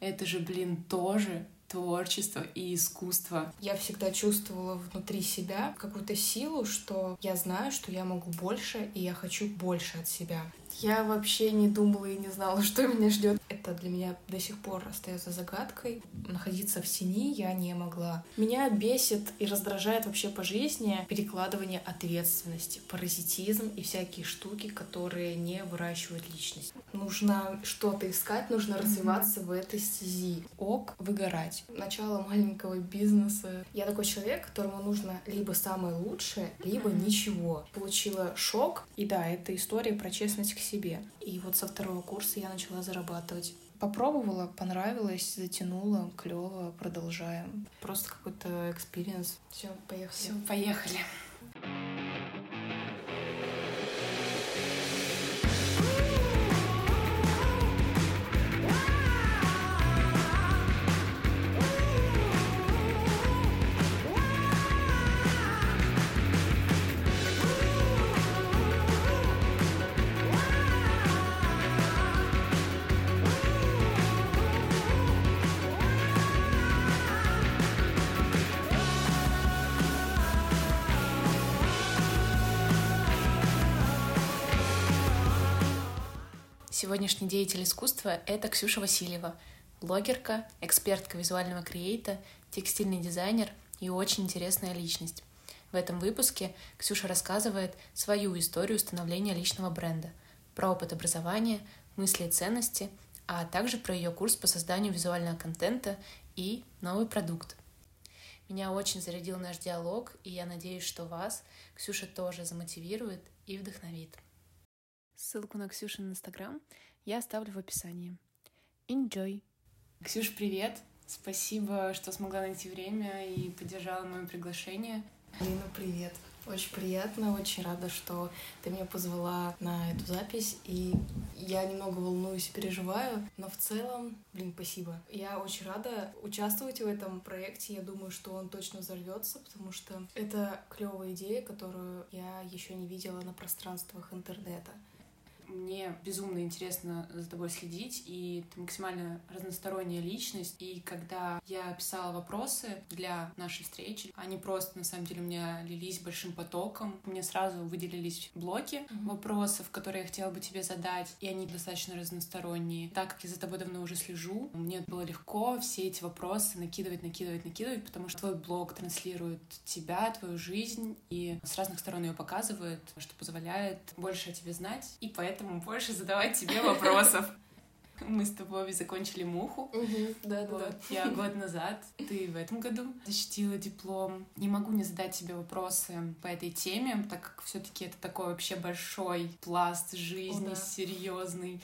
Это же, тоже творчество и искусство. Я всегда чувствовала внутри себя какую-то силу, что я знаю, что я могу больше, и я хочу больше от себя. Я вообще не думала и не знала, что меня ждет. Это для меня до сих пор остается загадкой. Находиться в тени я не могла. Меня бесит и раздражает вообще по жизни перекладывание ответственности, паразитизм и всякие штуки, которые не выращивают личность. Нужно что-то искать, нужно развиваться в этой стези. Выгорать. Начало маленького бизнеса. Я такой человек, которому нужно либо самое лучшее, либо ничего. Получила шок. И да, это история про честность к себе. И вот со 2-го курса я начала зарабатывать. Попробовала, понравилось, затянула, клево, продолжаем. Просто какой-то экспириенс. Все, поехали. Все, поехали. Сегодняшний деятель искусства — это Ксюша Васильева, блогерка, экспертка визуального креата, текстильный дизайнер и очень интересная личность. В этом выпуске Ксюша рассказывает свою историю становления личного бренда, про опыт образования, мысли и ценности, а также про ее курс по созданию визуального контента и новый продукт. Меня очень зарядил наш диалог, и я надеюсь, что вас Ксюша тоже замотивирует и вдохновит. Ссылку на Ксюшин Инстаграм я оставлю в описании. Enjoy! Ксюш, привет! Спасибо, что смогла найти время и поддержала мое приглашение. Лина, привет! Очень приятно, очень рада, что ты меня позвала на эту запись, и я немного волнуюсь и переживаю, но в целом, спасибо. Я очень рада участвовать в этом проекте, я думаю, что он точно взорвется, потому что это клевая идея, которую я еще не видела на пространствах интернета. Мне безумно интересно за тобой следить, и ты максимально разносторонняя личность. И когда я писала вопросы для нашей встречи, они просто, на самом деле, у меня лились большим потоком. Мне сразу выделились блоки вопросов, которые я хотела бы тебе задать, и они достаточно разносторонние. Так как я за тобой давно уже слежу, мне было легко все эти вопросы накидывать, потому что твой блог транслирует тебя, твою жизнь, и с разных сторон ее показывает, что позволяет больше о тебе знать, и поэтому больше задавать тебе вопросов. Мы с тобой закончили муху. Да. Я год назад, ты в этом году защитила диплом. Не могу не задать тебе вопросы по этой теме, так как все-таки это такой вообще большой пласт жизни, серьезный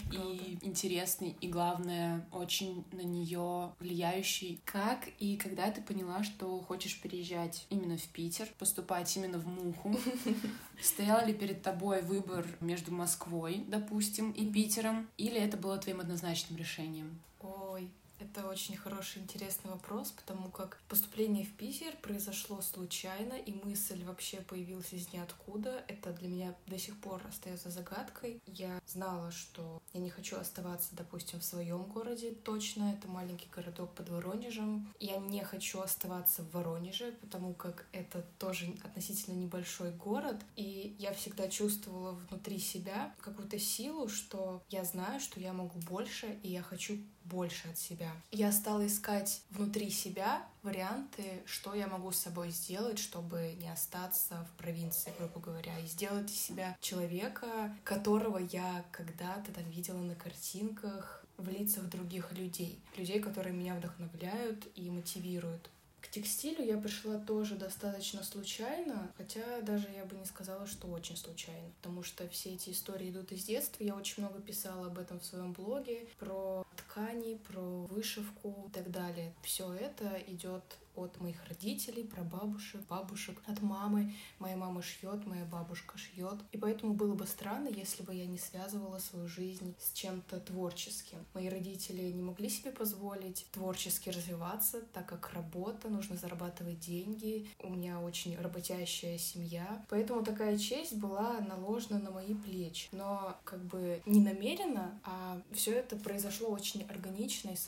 и интересный, и главное, очень на нее влияющий. Как и когда ты поняла, что хочешь переезжать именно в Питер, поступать именно в муху? Стоял ли перед тобой выбор между Москвой, допустим, и Питером, или это было твоим однозначным решением? Ой, это очень хороший, интересный вопрос, потому как поступление в Питер произошло случайно, и мысль вообще появилась из ниоткуда. Это для меня до сих пор остается загадкой. Я знала, что я не хочу оставаться, допустим, в своем городе точно. Это маленький городок под Воронежем. Я не хочу оставаться в Воронеже, потому как это тоже относительно небольшой город. И я всегда чувствовала внутри себя какую-то силу, что я знаю, что я могу больше, и я хочу больше от себя. Я стала искать внутри себя варианты, что я могу с собой сделать, чтобы не остаться в провинции, грубо говоря, и сделать из себя человека, которого я когда-то там видела на картинках в лицах других людей, которые меня вдохновляют и мотивируют. К текстилю я пришла тоже достаточно случайно, хотя даже я бы не сказала, что очень случайно, потому что все эти истории идут из детства. Я очень много писала об этом в своем блоге, про ткани, про вышивку и так далее. Все это идет от моих родителей, бабушек, от мамы. Моя мама шьет, моя бабушка шьет. И поэтому было бы странно, если бы я не связывала свою жизнь с чем-то творческим. Мои родители не могли себе позволить творчески развиваться, так как работа, нужно зарабатывать деньги. У меня очень работящая семья. Поэтому такая честь была наложена на мои плечи. Но как бы не намеренно, а все это произошло очень органично и само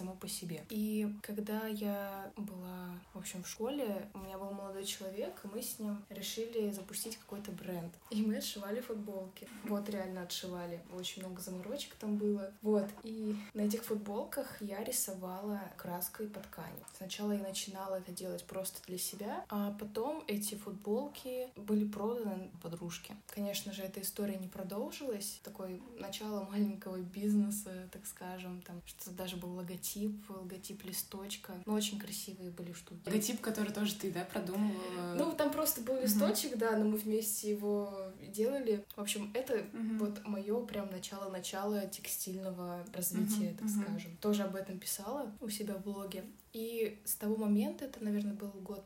само по себе. И когда я была, в общем, в школе, у меня был молодой человек, и мы с ним решили запустить какой-то бренд. И мы отшивали футболки. Вот, реально отшивали. Очень много заморочек там было. Вот. И на этих футболках я рисовала краской по ткани. Сначала я начинала это делать просто для себя, а потом эти футболки были проданы подружке. Конечно же, эта история не продолжилась. Такое начало маленького бизнеса, так скажем. Там что-то даже был логотип листочка. Но очень красивые были штуки. Логотип, который тоже ты, да, продумывала? Ну, там просто был листочек, да, но мы вместе его делали. В общем, это вот мое прям начало текстильного развития, так скажем. Тоже об этом писала у себя в блоге. И с того момента, это, наверное, был год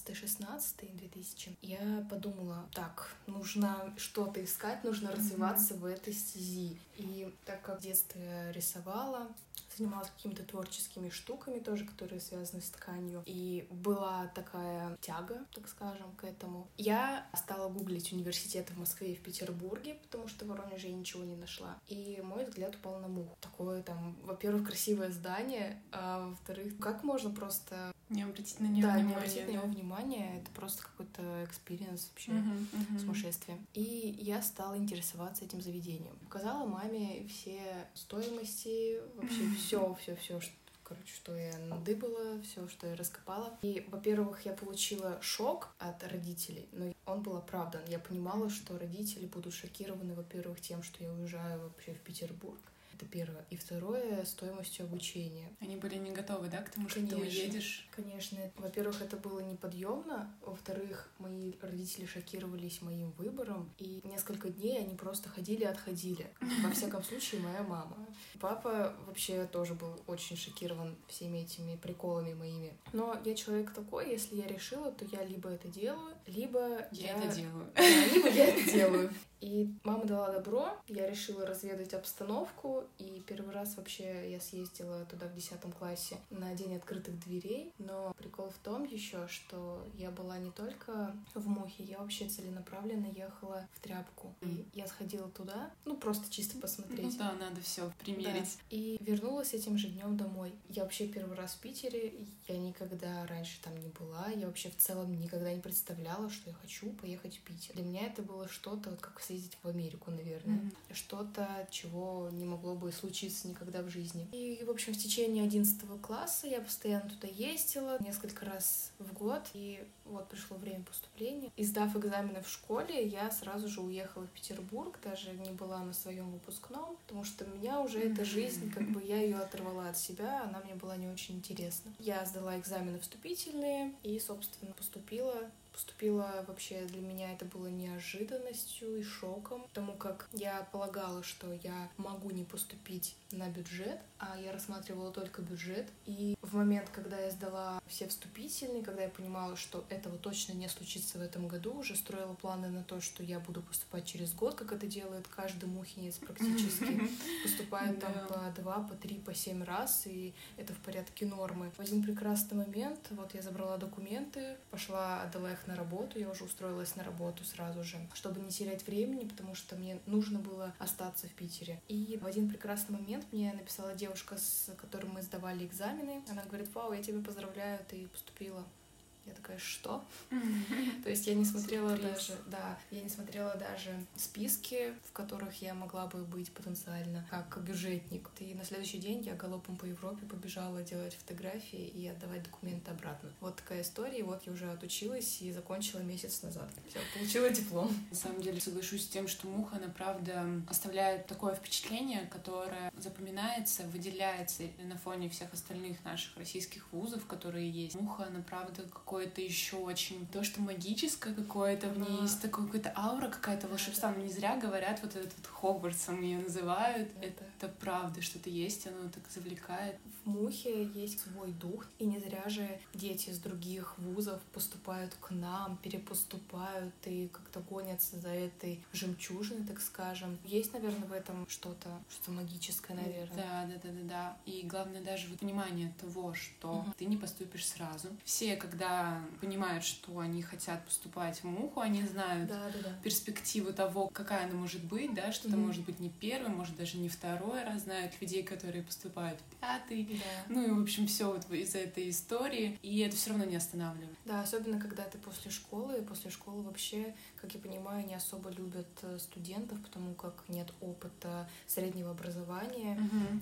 15-16, 2000, я подумала, так, нужно что-то искать, нужно развиваться в этой стези. И так как в детстве я рисовала, занималась какими-то творческими штуками тоже, которые связаны с тканью. И была такая тяга, так скажем, к этому. Я стала гуглить университеты в Москве и в Петербурге, потому что в Воронеже я ничего не нашла. И мой взгляд упал на Муху. Такое там, во-первых, красивое здание, а во-вторых, как можно просто... Не обратить на него внимание. Да, не обратить на него внимание. Это просто какой-то экспириенс вообще, сумасшествие. И я стала интересоваться этим заведением. Показала маме все стоимости, вообще все, что я надыбала, все, что я раскопала. И, во-первых, я получила шок от родителей, но он был оправдан. Я понимала, что родители будут шокированы, во-первых, тем, что я уезжаю вообще в Петербург. Это первое. И второе — стоимостью обучения. Они были не готовы, да, к тому, что Конечно, ты уедешь? Конечно. Во-первых, это было неподъемно. Во-вторых, мои родители шокировались моим выбором. И несколько дней они просто ходили и отходили. Во всяком случае, моя мама. Папа вообще тоже был очень шокирован всеми этими приколами моими. Но я человек такой, если я решила, то я либо это делаю, либо я это делаю. Да, либо я это делаю. И мама дала добро, я решила разведать обстановку, и первый раз вообще я съездила туда в 10 классе на день открытых дверей, но прикол в том еще, что я была не только в Мухе, я вообще целенаправленно ехала в Тряпку. И я сходила туда, ну просто чисто посмотреть. Ну да, надо все примерить. Да. И вернулась этим же днем домой. Я вообще первый раз в Питере, я никогда раньше там не была, я вообще в целом никогда не представляла, что я хочу поехать в Питер. Для меня это было что-то, вот как съездить в Америку, наверное. Что-то, чего не могло бы случиться никогда в жизни. И, в общем, в течение 11 класса я постоянно туда ездила, несколько раз в год. И вот пришло время поступления. И сдав экзамены в школе, я сразу же уехала в Петербург, даже не была на своем выпускном, потому что меня уже эта жизнь, как бы я ее оторвала от себя, она мне была не очень интересна. Я сдала экзамены вступительные и, собственно, поступила вообще, для меня это было неожиданностью и шоком, потому как я полагала, что я могу не поступить на бюджет, а я рассматривала только бюджет. И в момент, когда я сдала все вступительные, когда я понимала, что этого точно не случится в этом году, уже строила планы на то, что я буду поступать через год, как это делает каждый мухинец практически. Поступает там по 2, по 3, по 7 раз, и это в порядке нормы. В один прекрасный момент вот я забрала документы, пошла, отдала их на работу, я уже устроилась на работу сразу же, чтобы не терять времени, потому что мне нужно было остаться в Питере. И в один прекрасный момент мне написала девушка, с которой мы сдавали экзамены. Она говорит: «Вау, я тебя поздравляю, ты поступила». Я такая: что? То есть я не смотрела даже списки, в которых я могла бы быть потенциально как бюджетник. И на следующий день я галопом по Европе побежала делать фотографии и отдавать документы обратно. Вот такая история. И вот я уже отучилась и закончила месяц назад. Все, получила диплом. На самом деле соглашусь с тем, что Муха, она правда оставляет такое впечатление, которое запоминается, выделяется на фоне всех остальных наших российских вузов, которые есть. Муха, она правда какое-то еще очень то, что магическое какое-то в ней есть, такое какая-то аура, какая-то волшебство. Не зря говорят, вот этот вот Хогвартсом ее называют. Это правда, что-то есть, оно так завлекает. В Мухе есть свой дух, и не зря же дети из других вузов поступают к нам, перепоступают и как-то гонятся за этой жемчужиной, так скажем. Есть, наверное, в этом что-то магическое, наверное. Да. И главное даже вот понимание того, что ты не поступишь сразу. Все, когда когда понимают, что они хотят поступать в МУХу, они знают перспективу того, какая она может быть, да, что это может быть не первый, может даже не второй раз, знают людей, которые поступают в пятый, ну и, в общем, все вот из этой истории, и это все равно не останавливает. Да, особенно когда ты после школы вообще, как я понимаю, не особо любят студентов, потому как нет опыта среднего образования,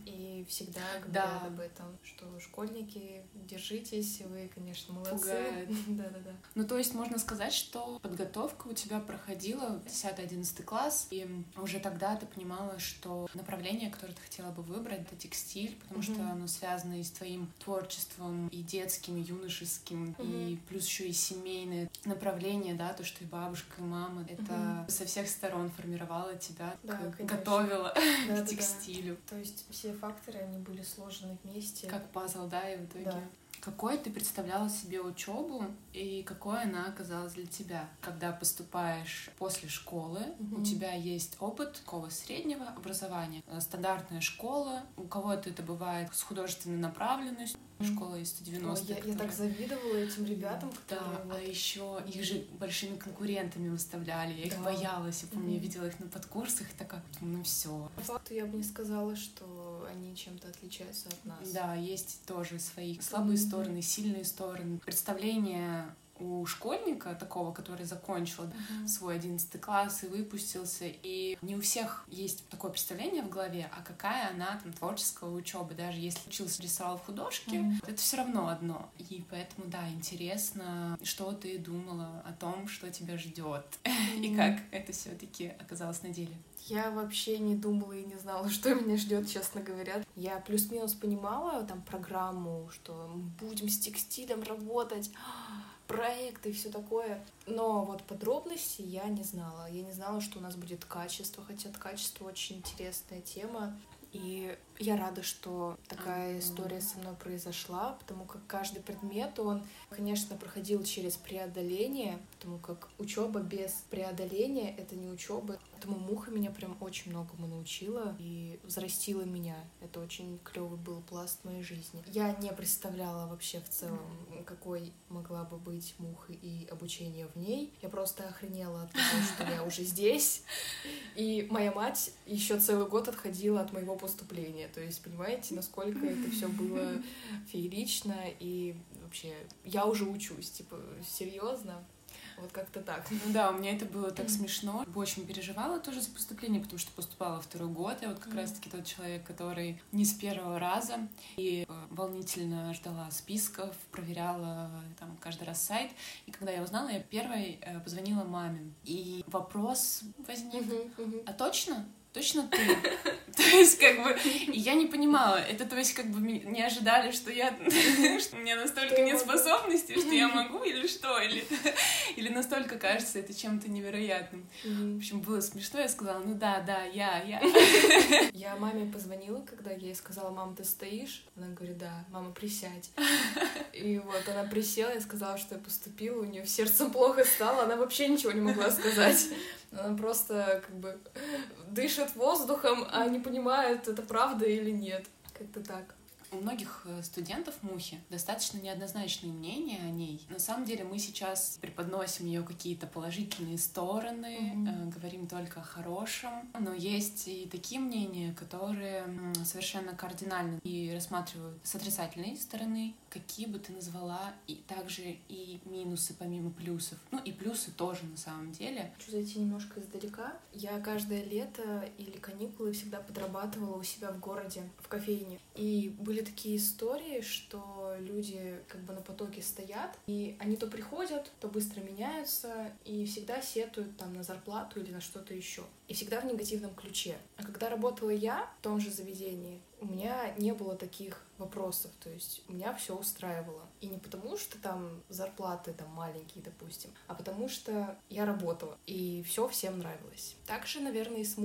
и всегда говорят об этом, что школьники, держитесь, вы, конечно, молодцы. Пугает. Да. Ну, то есть можно сказать, что подготовка у тебя проходила 10-11 класс, и уже тогда ты понимала, что направление, которое ты хотела бы выбрать, это текстиль, потому что оно связано и с твоим творчеством, и детским, и юношеским, и плюс еще и семейное направление, да, то, что и бабушка, и мама, это со всех сторон формировало тебя, готовило к текстилю. То есть все факторы, они были сложены вместе. Как пазл, да, и в итоге... Да. Какой ты представляла себе учебу и какой она оказалась для тебя? Когда поступаешь после школы, у тебя есть опыт такого среднего образования. Стандартная школа, у кого-то это бывает с художественной направленностью. Школа из 190. Я так завидовала этим ребятам, которые... Да, а еще их же большими конкурентами выставляли. Я их боялась. Я помню, я видела их на подкурсах и такая, ну все. По факту я бы не сказала, что они чем-то отличаются от нас. Да, есть тоже свои слабые стороны, сильные стороны. Представление у школьника такого, который закончил свой 11 класс и выпустился, и не у всех есть такое представление в голове, а какая она там творческая учеба, даже если учился, рисовал в художке, это все равно одно. И поэтому, да, интересно, что ты думала о том, что тебя ждет, и как это все-таки оказалось на деле. Я вообще не думала и не знала, что меня ждет, честно говоря. Я плюс-минус понимала там программу, что мы будем с текстилем работать, проекты и все такое. Но вот подробностей я не знала. Я не знала, что у нас будет качество, хотя качество очень интересная тема. И я рада, что такая история со мной произошла, потому как каждый предмет, он, конечно, проходил через преодоление, потому как учеба без преодоления — это не учеба. Поэтому МУХа меня прям очень многому научила и взрастила меня. Это очень клевый был пласт моей жизни. Я не представляла вообще в целом, какой могла бы быть МУХа и обучение в ней. Я просто охренела от того, что я уже здесь. И моя мать еще целый год отходила от моего поступления. То есть, понимаете, насколько это все было феерично, и вообще я уже учусь, типа, серьезно. Вот как-то так. Ну да, у меня это было так смешно. Очень переживала тоже за поступление, потому что поступала второй год. Я вот как раз-таки тот человек, который не с первого раза. И волнительно ждала списков, проверяла там каждый раз сайт. И когда я узнала, я первой позвонила маме. И вопрос возник: а точно? Точно ты? То есть, как бы, и я не понимала, это, то есть, как бы, не ожидали, что что у меня настолько нет способностей, что я могу, или что, или настолько кажется это чем-то невероятным. В общем, было смешно, я сказала, ну да, я. Я маме позвонила, когда я ей сказала: мам, ты стоишь? Она говорит: да. Мама, присядь. И вот она присела, я сказала, что я поступила, у нее сердцем плохо стало, она вообще ничего не могла сказать. Она просто как бы дышит воздухом, а не понимает, это правда или нет. Как-то так. У многих студентов МУХи достаточно неоднозначные мнения о ней. На самом деле мы сейчас преподносим ее какие-то положительные стороны, говорим только о хорошем, но есть и такие мнения, которые совершенно кардинально и рассматривают с отрицательной стороны, какие бы ты назвала, и также и минусы помимо плюсов. Ну и плюсы тоже на самом деле. Хочу зайти немножко издалека. Я каждое лето или каникулы всегда подрабатывала у себя в городе, в кофейне. И были такие истории, что люди как бы на потоке стоят, и они то приходят, то быстро меняются, и всегда сетуют там на зарплату или на что-то еще. И всегда в негативном ключе. А когда работала я в том же заведении, у меня не было таких вопросов, то есть меня все устраивало. И не потому, что там зарплаты там маленькие, допустим, а потому что я работала, и все всем нравилось. Так же, наверное, и с МУХой.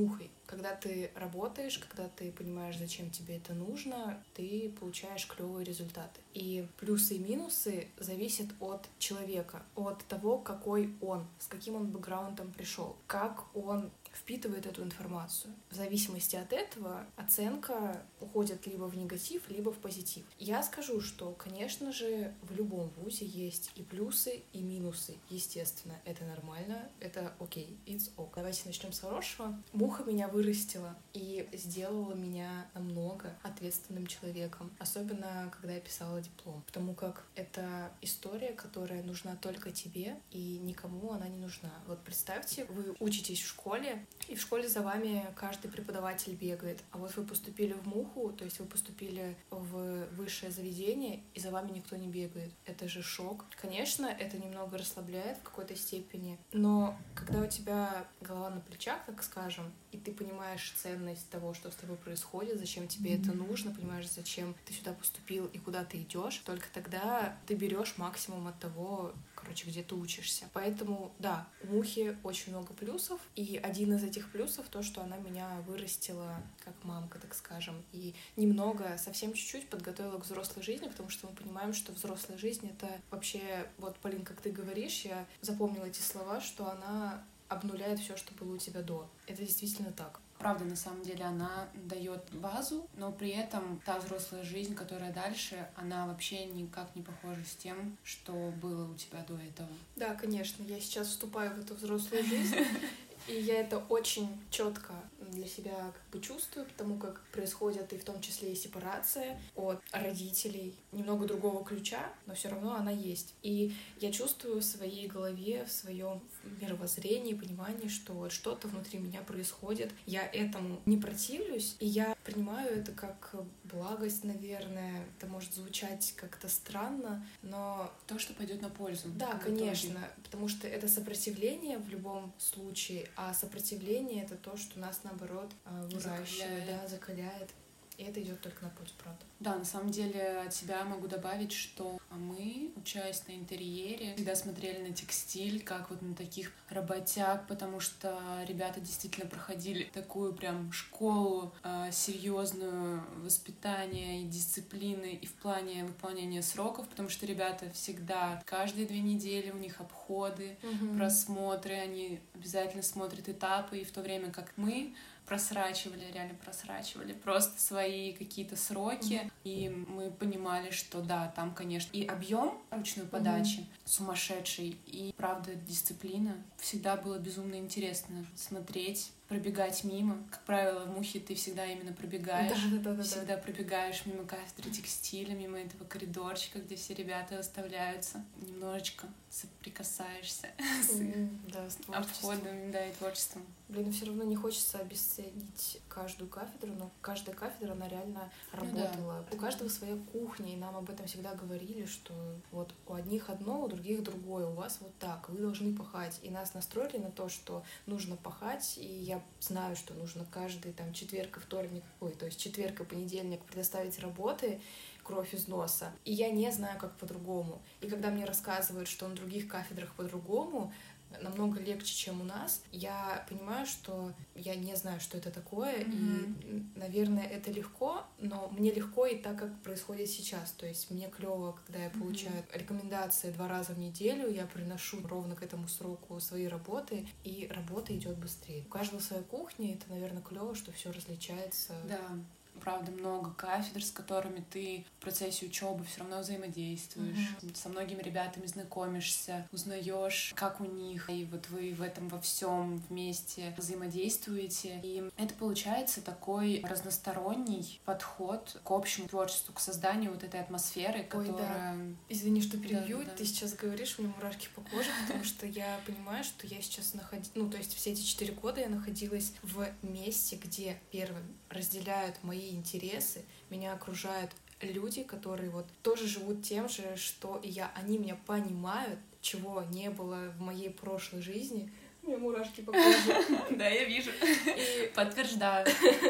Когда ты работаешь, когда ты понимаешь, зачем тебе это нужно, ты получаешь клевые результаты. И плюсы и минусы зависят от человека, от того, какой он, с каким он бэкграундом пришел, как он впитывает эту информацию. В зависимости от этого оценка уходит либо в негатив, либо в позитив. Я скажу, что, конечно же, в любом вузе есть и плюсы, и минусы. Естественно, это нормально, это окей, it's ok. Давайте начнем с хорошего. Муха меня вырастила и сделала меня намного ответственным человеком, особенно когда я писала диплом, потому как это история, которая нужна только тебе, и никому она не нужна. Вот представьте, вы учитесь в школе, и в школе за вами каждый преподаватель бегает. А вот вы поступили в Муху, то есть вы поступили в высшее заведение, и за вами никто не бегает. Это же шок. Конечно, это немного расслабляет в какой-то степени, но когда у тебя голова на плечах, так скажем, и ты понимаешь ценность того, что с тобой происходит, зачем тебе это нужно, понимаешь, зачем ты сюда поступил и куда ты идешь, только тогда ты берешь максимум от того, где ты учишься. Поэтому, да, у Мухи очень много плюсов, и один из этих плюсов то, что она меня вырастила как мамка, так скажем, и немного, совсем чуть-чуть подготовила к взрослой жизни, потому что мы понимаем, что взрослая жизнь — это вообще, вот, Полин, как ты говоришь, я запомнила эти слова, что она обнуляет все, что было у тебя до. Это действительно так. Правда, на самом деле, она дает базу, но при этом та взрослая жизнь, которая дальше, она вообще никак не похожа с тем, что было у тебя до этого. Да, конечно, я сейчас вступаю в эту взрослую жизнь, и я это очень четко для себя чувствую, потому как происходит и в том числе и сепарация от родителей, немного другого ключа, но все равно она есть. И я чувствую в своей голове, в своем мировоззрении, понимании, что вот что-то внутри меня происходит. Я этому не противлюсь, и я принимаю это как благость, наверное. Это может звучать как-то странно, но то, что пойдет на пользу. Да, конечно, потому что это сопротивление в любом случае, а сопротивление — это то, что нас, наоборот, выращивает, закаляет. И это идет только на пользу, правда. Да, на самом деле от себя могу добавить, что мы, учась на интерьере, всегда смотрели на текстиль, как вот на таких работяг, потому что ребята действительно проходили такую прям школу серьезную воспитания и дисциплины и в плане выполнения сроков, потому что ребята всегда, каждые 2 недели у них обходы, просмотры, они обязательно смотрят этапы, и в то время как мы реально просрачивали просто свои какие-то сроки, и мы понимали, что да, там, конечно, и объем ручной подачи сумасшедший, и, правда, дисциплина. Всегда было безумно интересно смотреть, пробегать мимо. Как правило, в Мухе ты всегда имно пробегаешь. Всегда пробегаешь мимо кафедры текстиля, мимо этого коридорчика, где все ребята оставляются. Немножечко соприкасаешься с обходом, да, и творчеством. Блин, все равно не хочется обесценить каждую кафедру, но каждая кафедра, она реально работала. У каждого своя кухня, и нам об этом всегда говорили, что вот у одних одно, у других другое, у вас вот так, вы должны пахать. И нас настроили на то, что нужно пахать, и я знаю, что нужно каждый четверг и вторник, то есть четверг и понедельник предоставить работы, кровь из носа. И я не знаю, как по-другому. И когда мне рассказывают, что на других кафедрах по-другому, намного легче, чем у нас, я понимаю, что я не знаю, что это такое, и, наверное, это легко, но мне легко и так, как происходит сейчас. То есть мне клево, когда я получаю рекомендации 2 раза в неделю, я приношу ровно к этому сроку свои работы, и работа идет быстрее. У каждого своя кухня, и это, наверное, клево, что все различается. Да. Правда, много кафедр, с которыми ты в процессе учебы все равно взаимодействуешь. Со многими ребятами знакомишься, узнаешь, как у них, и вот вы в этом во всем вместе взаимодействуете. И это получается такой разносторонний подход к общему творчеству, к созданию вот этой атмосферы, которая... Извини, что перебью. Ты сейчас говоришь, у меня мурашки по коже, потому что я понимаю, что я сейчас находилась... то есть все эти 4 года я находилась в месте, где, первым, разделяют мои интересы, меня окружают люди, которые вот тоже живут тем же, что и я. Они меня понимают, чего не было в моей прошлой жизни. У меня мурашки по коже. Да, я вижу. Подтверждаю.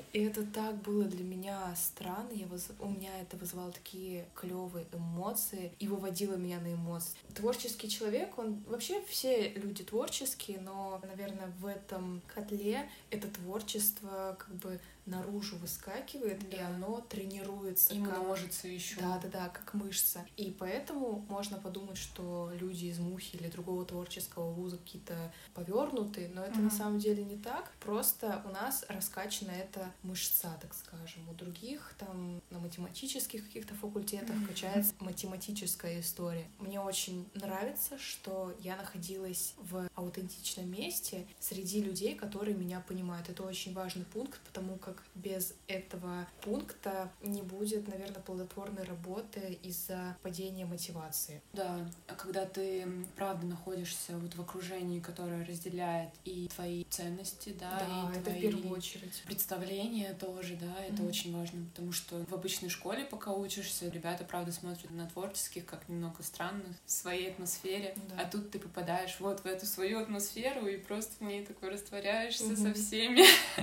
И это так было для меня странно. У меня это вызывало такие клевые эмоции и выводило меня на эмоции. Творческий человек, он вообще все люди творческие, но, наверное, в этом котле это творчество как бы наружу выскакивает, Да. и оно тренируется. И множится еще. Да, как мышца. И поэтому можно подумать, что люди из Мухи или другого творческого вуза какие-то повернутые, но это на самом деле не так. Просто у нас раскачана эта мышца, так скажем. У других там на математических каких-то факультетах качается математическая история. Мне очень нравится, что я находилась в аутентичном месте среди людей, которые меня понимают. Это очень важный пункт, потому как без этого пункта не будет, наверное, плодотворной работы из-за падения мотивации. Да, а когда ты, правда, находишься вот в окружении, которое разделяет и твои ценности, да, и это твои в первую очередь. представления тоже, да, это очень важно, потому что в обычной школе, пока учишься, ребята, правда, смотрят на творческих как немного странных в своей атмосфере, а тут ты попадаешь вот в эту свою атмосферу и просто в ней такой растворяешься со всеми.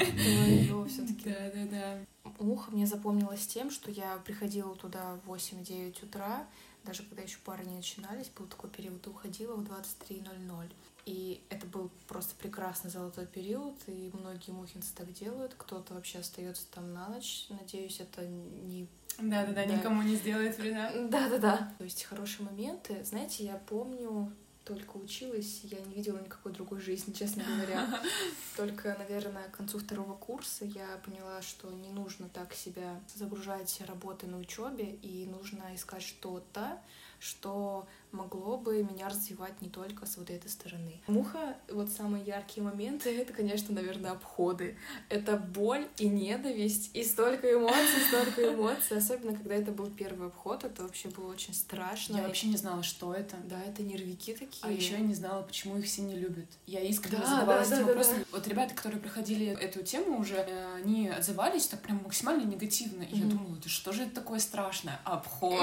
Всё-таки. Да. Муха мне запомнилась тем, что я приходила туда в 8-9 утра, даже когда еще пары не начинались, был такой период, и уходила в 23:00. И это был просто прекрасный золотой период, и многие мухинцы так делают. Кто-то вообще остается там на ночь. Надеюсь, это не... Да, никому не сделает вреда. Да. То есть хорошие моменты. Знаете, я помню, только училась, я не видела никакой другой жизни, честно говоря. Только, наверное, к концу 2-го курса я поняла, что не нужно так себя загружать работой на учебе, и нужно искать что-то, что могло бы меня развивать не только с вот этой стороны. Муха, вот самые яркие моменты, это, конечно, наверное, обходы. Это боль и ненависть, и столько эмоций, особенно когда это был первый обход, это вообще было очень страшно. Я вообще не знала, что это. Да, это нервики такие. А еще я не знала, почему их все не любят. Я искренне задавалась этим вопросом. Вот ребята, которые проходили эту тему уже, они отзывались так прям максимально негативно. И я думала, да что же это такое страшное? Обход.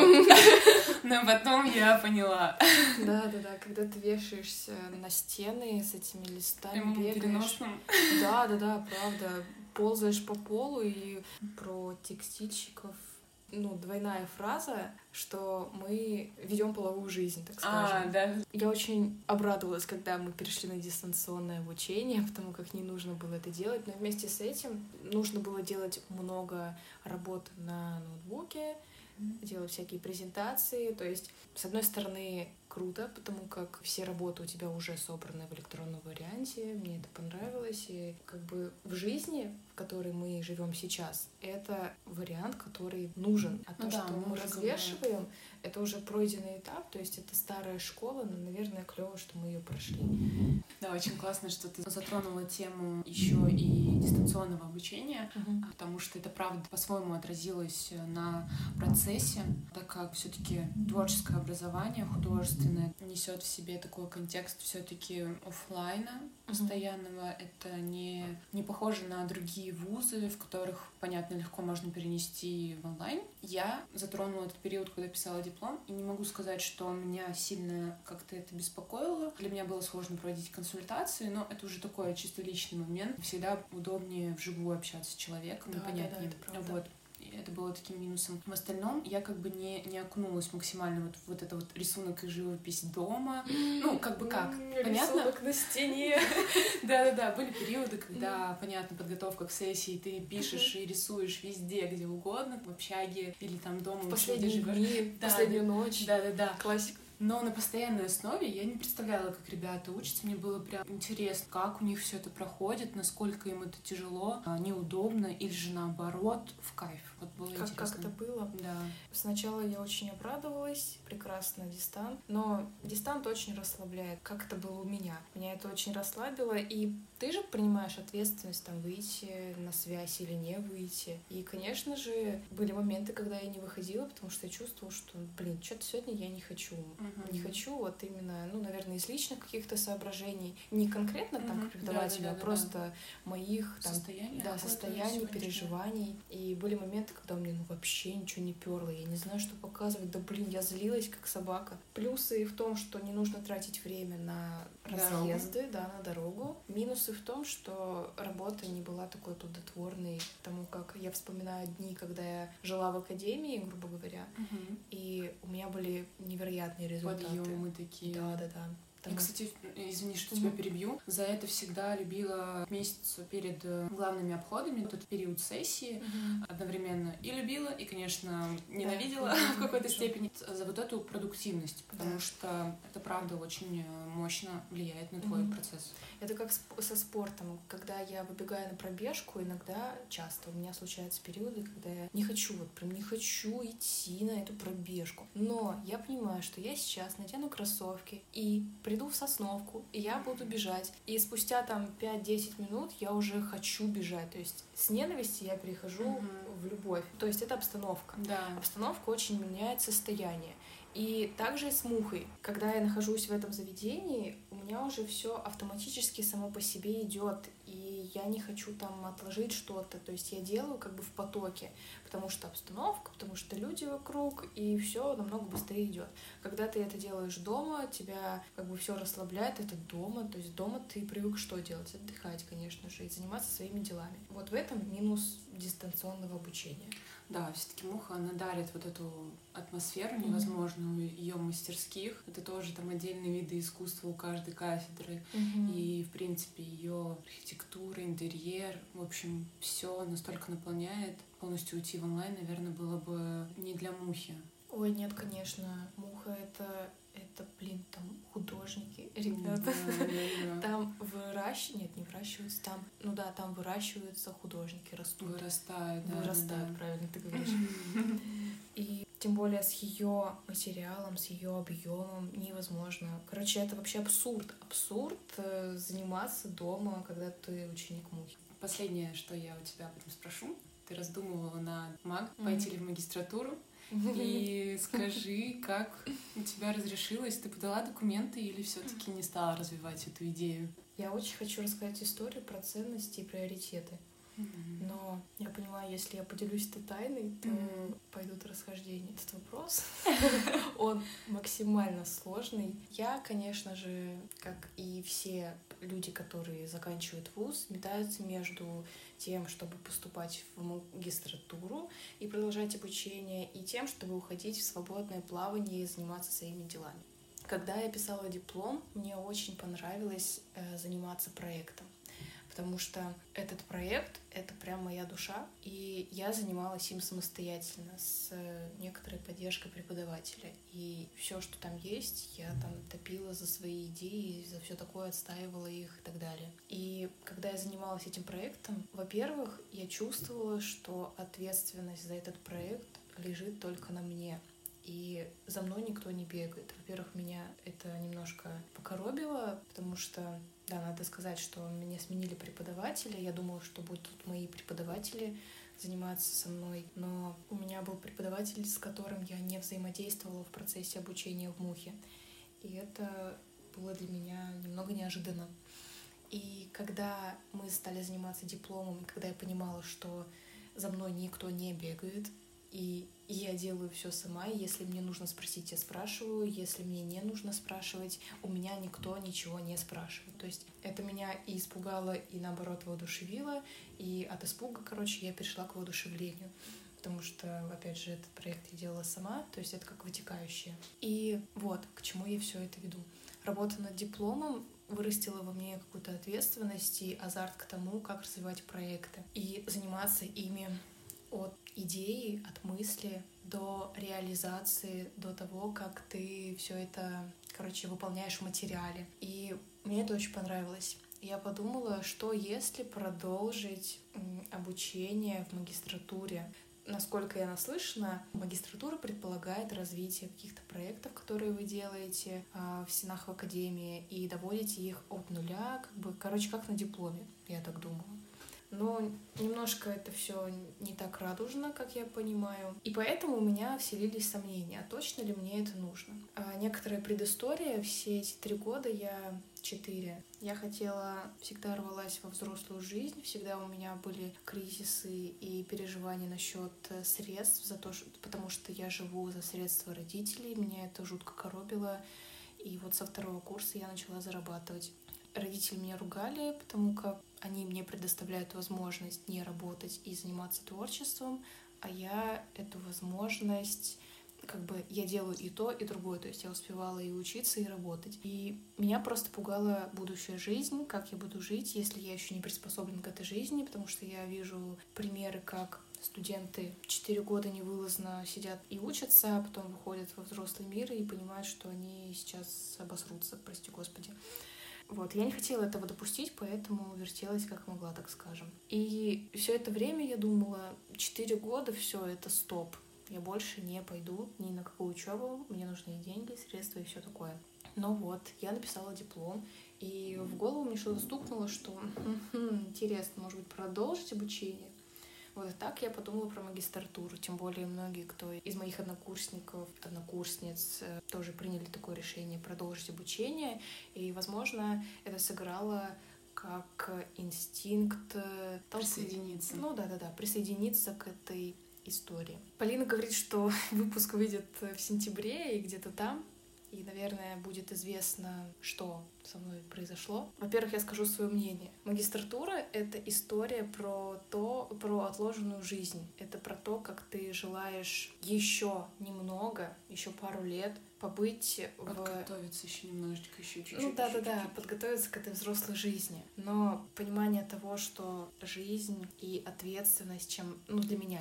Но потом я поняла. Да, когда ты вешаешься на стены с этими листами, прям бегаешь. переносным. Да, правда. Ползаешь по полу, и про текстильщиков, двойная фраза, что мы ведем половую жизнь, так скажем. Да. Я очень обрадовалась, когда мы перешли на дистанционное обучение, потому как не нужно было это делать, но вместе с этим нужно было делать много работы на ноутбуке, делать всякие презентации. То есть, с одной стороны, круто, потому как все работы у тебя уже собраны в электронном варианте. Мне это понравилось. И как бы в жизни, в которой мы живем сейчас, это вариант, который нужен. А то, что мы развешиваем, это уже пройденный этап, то есть это старая школа, но, наверное, клево, что мы ее прошли. Да, очень классно, что ты затронула тему еще и дистанционного обучения, потому что это, правда, по-своему отразилось на процессе, так как все-таки творческое образование, художественное, несет в себе такой контекст все-таки офлайна постоянного. Это не похоже на другие вузы, в которых, понятно, легко можно перенести в онлайн. Я затронула этот период, когда писала диплом, и не могу сказать, что меня сильно как-то это беспокоило. Для меня было сложно проводить консультации, но это уже такой чисто личный момент. Всегда удобнее вживую общаться с человеком, понятнее. Вот. Это было таким минусом. В остальном я как бы не окунулась максимально вот это вот рисунок и живопись дома. Как. Понятно? Рисунок на стене. Да. Были периоды, когда, понятно, подготовка к сессии, ты пишешь и рисуешь везде, где угодно, в общаге или там дома. В последние дни, последнюю ночь. Да. Классика. Но на постоянной основе я не представляла, как ребята учатся. Мне было прям интересно, как у них все это проходит, насколько им это тяжело, неудобно, или же наоборот, в кайф. Вот было интересно. Как это было? Да. Сначала я очень обрадовалась, прекрасно дистант, но дистант очень расслабляет, как это было у меня. Меня это очень расслабило, и ты же принимаешь ответственность там выйти на связь или не выйти. И, конечно же, были моменты, когда я не выходила, потому что я чувствовала, что, что-то сегодня я не хочу. Не хочу вот именно, ну, наверное, из личных каких-то соображений, не конкретно там к преподавателю, а просто моих там состояний, переживаний. И были моменты, когда мне вообще ничего не перло, я не знаю, что показывать, да блин, я злилась как собака. Плюсы в том, что не нужно тратить время на разъезды, на дорогу. Минусы в том, что работа не была такой плодотворной, потому как я вспоминаю дни, когда я жила в академии, грубо говоря, и у меня были невероятные результаты. Подъемы такие. Да. Я, кстати, извини, что тебя перебью, за это всегда любила месяц перед главными обходами, вот этот период сессии одновременно и любила, и, конечно, ненавидела в какой-то степени за вот эту продуктивность, потому что это, правда, очень мощно влияет на твой процесс. Это как со спортом. Когда я выбегаю на пробежку, иногда, часто у меня случаются периоды, когда я не хочу, вот прям не хочу идти на эту пробежку. Но я понимаю, что я сейчас надену кроссовки и приду в Сосновку, и я буду бежать. И спустя там 5-10 минут я уже хочу бежать. То есть с ненависти я перехожу в любовь. То есть это обстановка. Да. Обстановка очень меняет состояние. И также и с мухой. Когда я нахожусь в этом заведении, у меня уже все автоматически само по себе идет, и я не хочу там отложить что-то. То есть я делаю как бы в потоке, потому что обстановка, потому что люди вокруг, и все намного быстрее идет. Когда ты это делаешь дома, тебя как бы все расслабляет, это дома. То есть дома ты привык что делать? Отдыхать, конечно же, и заниматься своими делами. Вот в этом минус дистанционного обучения. Да, все-таки муха, она дарит вот эту атмосферу невозможную ее мастерских. Это тоже там отдельные виды искусства у каждой кафедры. И, в принципе, ее архитектура, интерьер, в общем, все настолько наполняет. Полностью уйти в онлайн, наверное, было бы не для мухи. Ой, нет, конечно. Муха блин, там художники, ребята. Там не выращиваются, там выращиваются художники, растут. Вырастают, правильно ты говоришь. И тем более с ее материалом, с ее объемом невозможно. Короче, это вообще абсурд. Абсурд заниматься дома, когда ты ученик мухи. Последнее, что я у тебя потом спрошу. Ты раздумывала на пойти ли в магистратуру? И скажи, как у тебя разрешилось? Ты подала документы или все-таки не стала развивать эту идею? Я очень хочу рассказать историю про ценности и приоритеты. Но я понимаю, если я поделюсь этой тайной, то пойдут расхождения. Этот вопрос, он максимально сложный. Я, конечно же, как и все люди, которые заканчивают вуз, метаются между тем, чтобы поступать в магистратуру и продолжать обучение, и тем, чтобы уходить в свободное плавание и заниматься своими делами. Когда я писала диплом, мне очень понравилось заниматься проектом, потому что этот проект — это прям моя душа, и я занималась им самостоятельно, с некоторой поддержкой преподавателя. И все, что там есть, я там топила за свои идеи, за все такое, отстаивала их и так далее. И когда я занималась этим проектом, во-первых, я чувствовала, что ответственность за этот проект лежит только на мне. И за мной никто не бегает. Во-первых, меня это немножко покоробило, потому что, да, надо сказать, что меня сменили преподаватели. Я думала, что будут мои преподаватели заниматься со мной. Но у меня был преподаватель, с которым я не взаимодействовала в процессе обучения в мухе. И это было для меня немного неожиданно. И когда мы стали заниматься дипломом, и когда я понимала, что за мной никто не бегает, и я делаю все сама, и если мне нужно спросить, я спрашиваю, если мне не нужно спрашивать, у меня никто ничего не спрашивает. То есть это меня и испугало, и наоборот воодушевило, и от испуга, я перешла к воодушевлению, потому что, опять же, этот проект я делала сама, то есть это как вытекающее. И вот, к чему я все это веду. Работа над дипломом вырастила во мне какую-то ответственность и азарт к тому, как развивать проекты и заниматься ими от идеи, от мысли до реализации, до того, как ты все это, выполняешь в материале. И мне это очень понравилось. Я подумала, что если продолжить обучение в магистратуре. Насколько я наслышана, магистратура предполагает развитие каких-то проектов, которые вы делаете в стенах в академии, и доводите их от нуля, как на дипломе, я так думала. но немножко это все не так радужно, как я понимаю. И поэтому у меня вселились сомнения, а точно ли мне это нужно. А некоторая предыстория, все эти 3 года я всегда рвалась во взрослую жизнь, всегда у меня были кризисы и переживания насчет средств, потому что я живу за средства родителей, меня это жутко коробило. И вот со 2-го курса я начала зарабатывать. Родители меня ругали, потому как они мне предоставляют возможность не работать и заниматься творчеством, а я эту возможность я делаю и то, и другое. То есть я успевала и учиться, и работать. И меня просто пугала будущая жизнь, как я буду жить, если я еще не приспособлен к этой жизни, потому что я вижу примеры, как студенты 4 года невылазно сидят и учатся, а потом выходят во взрослый мир и понимают, что они сейчас обосрутся, прости господи. Вот, я не хотела этого допустить, поэтому вертелась как могла, так скажем. И все это время я думала, 4 года, все это стоп. Я больше не пойду ни на какую учебу, мне нужны деньги, средства и все такое. Но вот, я написала диплом, и в голову мне что-то стукнуло, что интересно, может быть, продолжить обучение. Вот так я подумала про магистратуру, тем более многие, кто из моих однокурсниц тоже приняли такое решение продолжить обучение, и, возможно, это сыграло как инстинкт Присоединиться. Присоединиться к этой истории. Полина говорит, что выпуск выйдет в сентябре и где-то там, и, наверное, будет известно, что со мной произошло. Во-первых, я скажу свое мнение. Магистратура — это история про отложенную жизнь. Это про то, как ты желаешь еще немного, еще пару лет побыть подготовиться еще немножечко, еще чуть-чуть. Чуть-чуть. Подготовиться к этой взрослой жизни. Но понимание того, что жизнь и ответственность, для меня,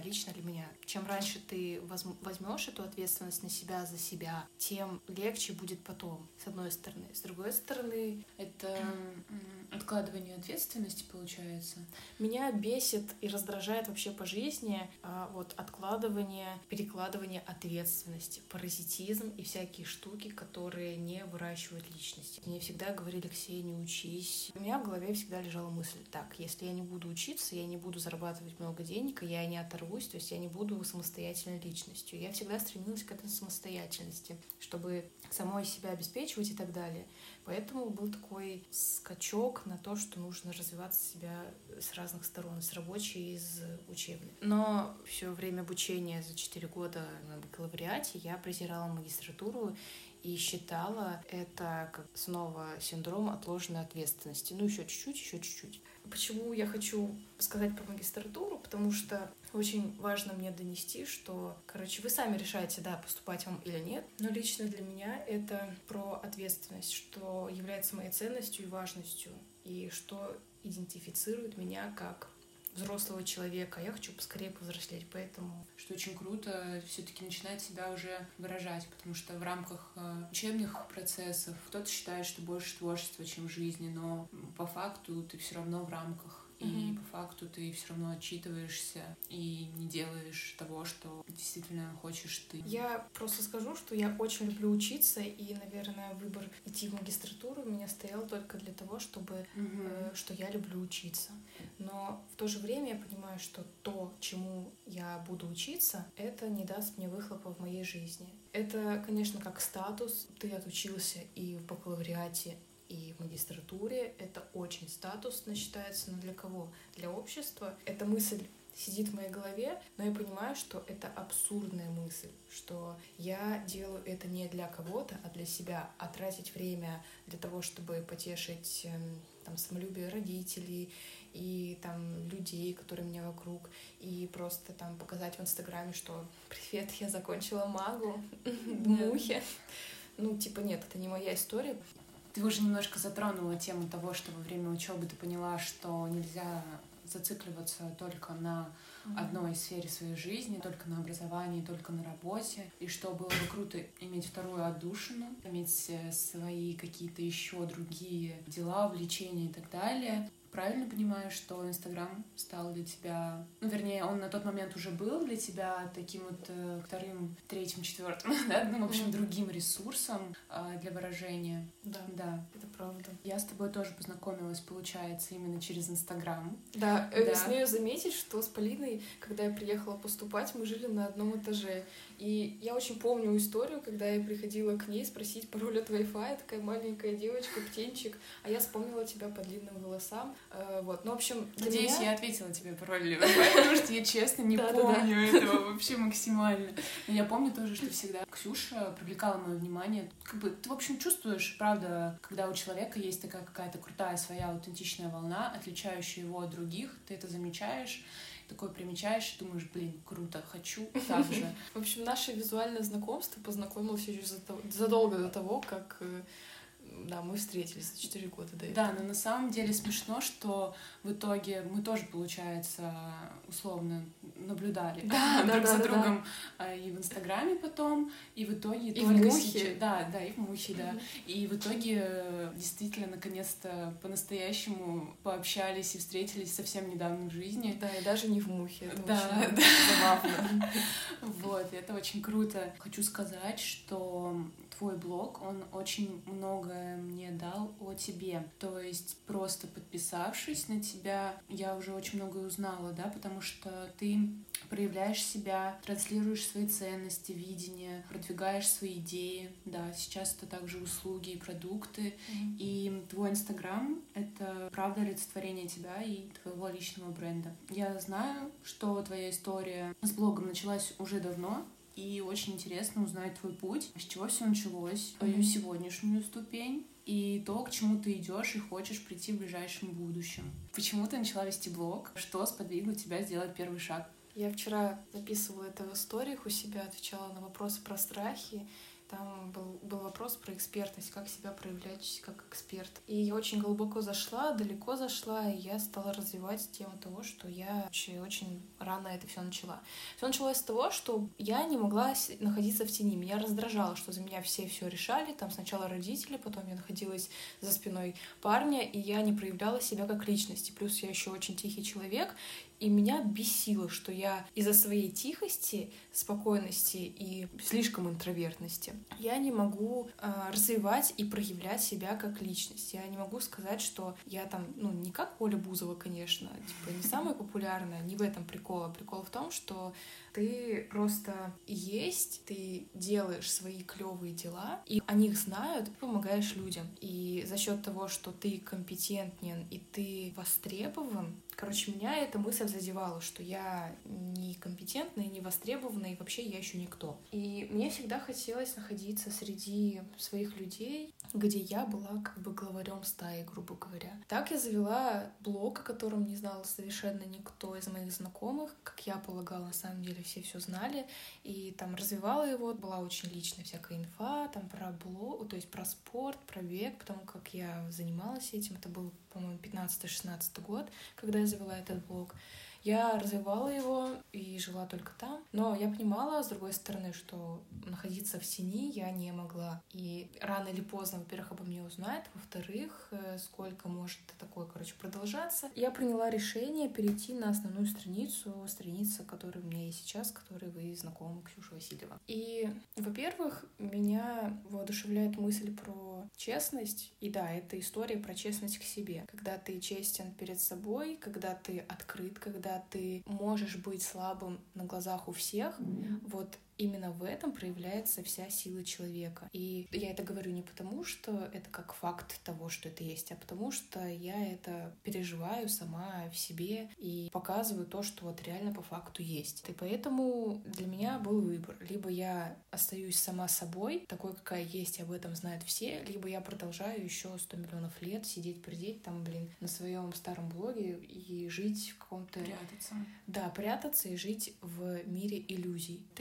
чем раньше ты возьмешь эту ответственность на себя за себя, тем легче будет потом, с одной стороны. С другой стороны, это откладывание ответственности, получается. Меня бесит и раздражает вообще по жизни откладывание, перекладывание ответственности, паразитизм и всякие штуки, которые не выращивают личность. Мне всегда говорили: Ксения, не учись. У меня в голове всегда лежала мысль: так, если я не буду учиться, я не буду зарабатывать много денег, и я не оторвусь, то есть я не буду самостоятельной личностью. Я всегда стремилась к этой самостоятельности, чтобы самой себя обеспечивать и так далее. Поэтому был такой скачок на то, что нужно развиваться себя с разных сторон, с рабочей и с учебной. Но все время обучения за 4 года на бакалавриате я презирала магистратуру и считала это как снова синдром отложенной ответственности. Еще чуть-чуть. Почему я хочу сказать про магистратуру? Потому что очень важно мне донести, что, вы сами решаете, поступать вам или нет, но лично для меня это про ответственность, что является моей ценностью и важностью, и что идентифицирует меня как взрослого человека. Я хочу поскорее повзрослеть, поэтому... Что очень круто все-таки начинать себя уже выражать, потому что в рамках учебных процессов кто-то считает, что больше творчества, чем жизни, но по факту ты все равно в рамках. И по факту ты все равно отчитываешься и не делаешь того, что действительно хочешь ты. Я просто скажу, что я очень люблю учиться, и, наверное, выбор идти в магистратуру у меня стоял только для того, чтобы что я люблю учиться. Но в то же время я понимаю, что то, чему я буду учиться, это не даст мне выхлопа в моей жизни. Это, конечно, как статус. Ты отучился и в бакалавриате, и в магистратуре. Это очень статусно считается, но для кого? Для общества. Эта мысль сидит в моей голове, но я понимаю, что это абсурдная мысль, что я делаю это не для кого-то, а для себя, а тратить время для того, чтобы потешить самолюбие родителей и людей, которые у меня вокруг, и просто показать в Инстаграме, что «Привет, я закончила магу, мухи». Нет, это не моя история. Ты уже немножко затронула тему того, что во время учебы ты поняла, что нельзя зацикливаться только на одной сфере своей жизни, только на образовании, только на работе, и что было бы круто иметь вторую отдушину, иметь свои какие-то еще другие дела, увлечения и так далее. правильно понимаю, что Инстаграм стал для тебя... Ну, вернее, он на тот момент уже был для тебя таким вот вторым, третьим, четвертым, да? Ну, в общем, другим ресурсом для выражения. Да, это правда. Я с тобой тоже познакомилась, получается, именно через Инстаграм. Да, смею заметить, что с Полиной, когда я приехала поступать, мы жили на одном этаже. И я очень помню историю, когда я приходила к ней спросить пароль от Wi-Fi, такая маленькая девочка, птенчик, а я вспомнила тебя по длинным волосам. Вот, ну, в общем, надеюсь, я ответила тебе пароль от Wi-Fi, потому что я, честно, не помню этого вообще максимально. Но я помню тоже, что всегда Ксюша привлекала мое внимание. Как бы ты, в общем, чувствуешь, правда, когда у человека есть такая какая-то крутая своя аутентичная волна, отличающая его от других, ты это замечаешь, такое примечаешь и думаешь, блин, круто, хочу так же. В общем, наше визуальное знакомство познакомилось еще задолго до того, как мы встретились за 4 года до этого. Да, но на самом деле смешно, что в итоге мы тоже, получается, условно наблюдали друг за другом и в Инстаграме потом, и в итоге и только в Мухе. Сейчас... Да, и в Мухе, да. И в итоге действительно, наконец-то, по-настоящему пообщались и встретились совсем недавно в жизни. Да, и даже не в Мухе. Это очень забавно. Вот, это очень круто. Хочу сказать, что твой блог, он очень многое мне дал о тебе. То есть просто подписавшись на тебя, я уже очень многое узнала, да, потому что ты проявляешь себя, транслируешь свои ценности, видение, продвигаешь свои идеи, да, сейчас это также услуги и продукты, и твой Инстаграм — это правда олицетворение тебя и твоего личного бренда. Я знаю, что твоя история с блогом началась уже давно, и очень интересно узнать твой путь, с чего все началось, твою сегодняшнюю ступень и то, к чему ты идешь и хочешь прийти в ближайшем будущем. Почему ты начала вести блог? Что сподвигло тебя сделать первый шаг? Я вчера записывала это в историях у себя, отвечала на вопросы про страхи. Там был вопрос про экспертность, как себя проявлять как эксперт. И я очень глубоко зашла, далеко зашла, и я стала развивать тему того, что я очень рано это все начала. Все началось с того, что я не могла находиться в тени. Меня раздражало, что за меня все решали. Там сначала родители, потом я находилась за спиной парня, и я не проявляла себя как личность. И плюс я еще очень тихий человек. И меня бесило, что я из-за своей тихости, спокойности и слишком интровертности я не могу развивать и проявлять себя как личность. Я не могу сказать, что я там, не как Оля Бузова, конечно, типа не самая популярная, не в этом прикол. А прикол в том, что ты просто есть, ты делаешь свои клевые дела, и о них знают, ты помогаешь людям. И за счет того, что ты компетентен и ты востребован, меня эта мысль задевала, что я не компетентная, не востребованная, и вообще я еще никто. И мне всегда хотелось находиться среди своих людей, где я была как бы главарем стаи, грубо говоря. Так я завела блог, о котором не знал совершенно никто из моих знакомых. Как я полагала, на самом деле все знали. И там развивала его. Была очень личная всякая инфа, там про блог, то есть про спорт, про бег, потому как я занималась этим. Это был, по-моему, 15-16 год, когда я завела этот блог. Я развивала его и жила только там. Но я понимала, с другой стороны, что находиться в тени я не могла. И рано или поздно, во-первых, обо мне узнают, во-вторых, сколько может такое, продолжаться. Я приняла решение перейти на основную страницу, которая у меня есть сейчас, которой вы знакомы, Ксюша Васильева. И, во-первых, меня воодушевляет мысль про честность. И да, это история про честность к себе. Когда ты честен перед собой, когда ты открыт, когда ты можешь быть слабым на глазах у всех, вот именно в этом проявляется вся сила человека. И я это говорю не потому, что это как факт того, что это есть, а потому что я это переживаю сама в себе и показываю то, что вот реально по факту есть. И поэтому для меня был выбор. Либо я остаюсь сама собой, такой, какая есть, и об этом знают все, либо я продолжаю еще 100 миллионов лет сидеть там, на своем старом блоге и жить в каком-то... Прятаться. Да, прятаться и жить в мире иллюзий. Таким образом,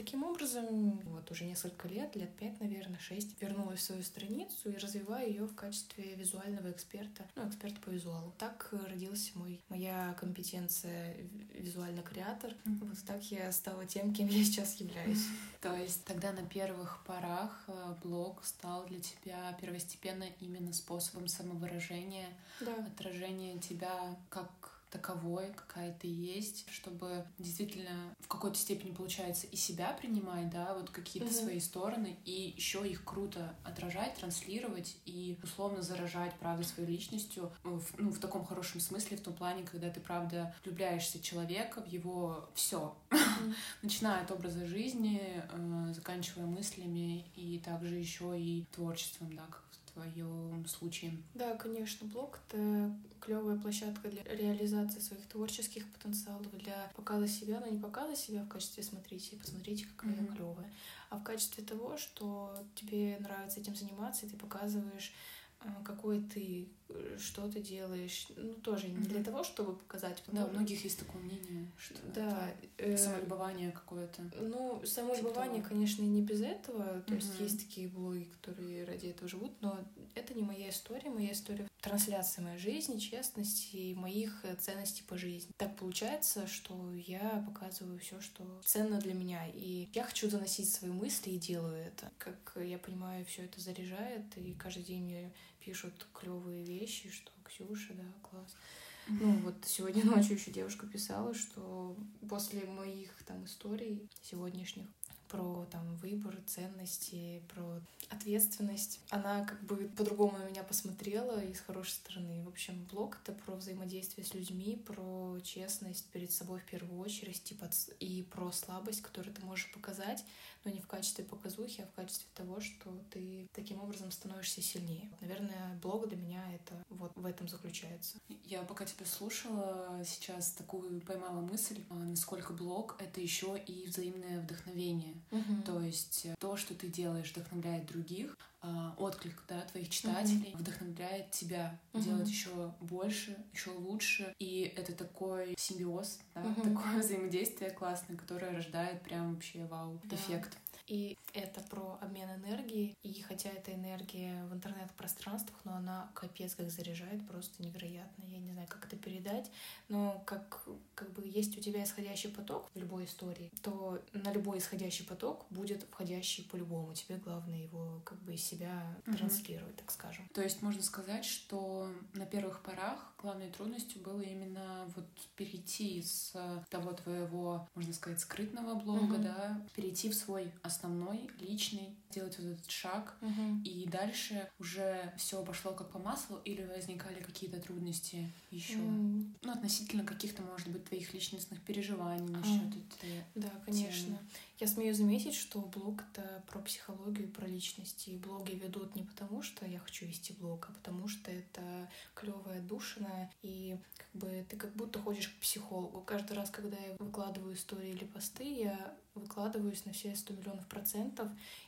образом вот уже несколько лет 5, наверное, 6, вернулась в свою страницу и развиваю ее в качестве визуального эксперта, эксперта по визуалу. Так родился моя компетенция визуальный креатор. Вот так я стала тем, кем я сейчас являюсь. То есть тогда на первых порах блог стал для тебя первостепенно именно способом самовыражения, отражения тебя как таковой, какая ты есть, чтобы действительно в какой-то степени, получается, и себя принимать, да, вот какие-то свои стороны, и еще их круто отражать, транслировать и условно заражать, правда, своей личностью, в таком хорошем смысле, в том плане, когда ты, правда, влюбляешься в человека, в его все, начиная от образа жизни, заканчивая мыслями и также еще и творчеством, да, как в твоем случае. Да, конечно, блог — это клевая площадка для реализации своих творческих потенциалов, для показа себя, но не показа себя в качестве «смотрите, посмотрите, какая я клевая», а в качестве того, что тебе нравится этим заниматься, и ты показываешь, какой ты, что ты делаешь. Тоже не для того, чтобы показать. Да, у многих есть такое мнение, что самолюбование какое-то. Самолюбование, конечно, и не без этого. То есть есть такие блоги, которые ради этого живут, но это не моя история. Моя история — трансляция моей жизни, честности и моих ценностей по жизни. Так получается, что я показываю все, что ценно для меня. И я хочу доносить свои мысли и делаю это. Как я понимаю, все это заряжает, и каждый день мне пишут клевые вещи, что Ксюша, да, класс. Вот сегодня ночью еще девушка писала, что после моих историй сегодняшних про выбор, ценности, про ответственность, она по-другому на меня посмотрела и с хорошей стороны. В общем, блог — это про взаимодействие с людьми, про честность перед собой в первую очередь и про слабость, которую ты можешь показать, но не в качестве показухи, а в качестве того, что ты таким образом становишься сильнее. Наверное, блог для меня это вот в этом заключается. Я пока тебя слушала, сейчас такую поймала мысль, насколько блог — это еще и взаимное вдохновение. То есть то, что ты делаешь, вдохновляет других, отклик, да, твоих читателей вдохновляет тебя делать еще больше, еще лучше. И это такой симбиоз, да, такое взаимодействие классное, которое рождает прям вообще вау-эффект. И это про обмен энергией. И хотя эта энергия в интернет-пространствах, но она капец как заряжает, просто невероятно. Я не знаю, как это передать, но как бы есть у тебя исходящий поток в любой истории, то на любой исходящий поток будет входящий по-любому. Тебе главное его из себя транслировать, так скажем. То есть можно сказать, что на первых порах главной трудностью было именно перейти с того твоего, можно сказать, скрытного блога, да, перейти в свой основной, личный, сделать этот шаг, и дальше уже все пошло как по маслу, или возникали какие-то трудности еще? Относительно каких-то, может быть, твоих личностных переживаний насчет этой Да, конечно. темы. Я смею заметить, что блог — это про психологию, про личность. И блоги ведут не потому, что я хочу вести блог, а потому что это клевая отдушина, и ты как будто ходишь к психологу. Каждый раз, когда я выкладываю истории или посты, я выкладываюсь на все 100 миллионов %,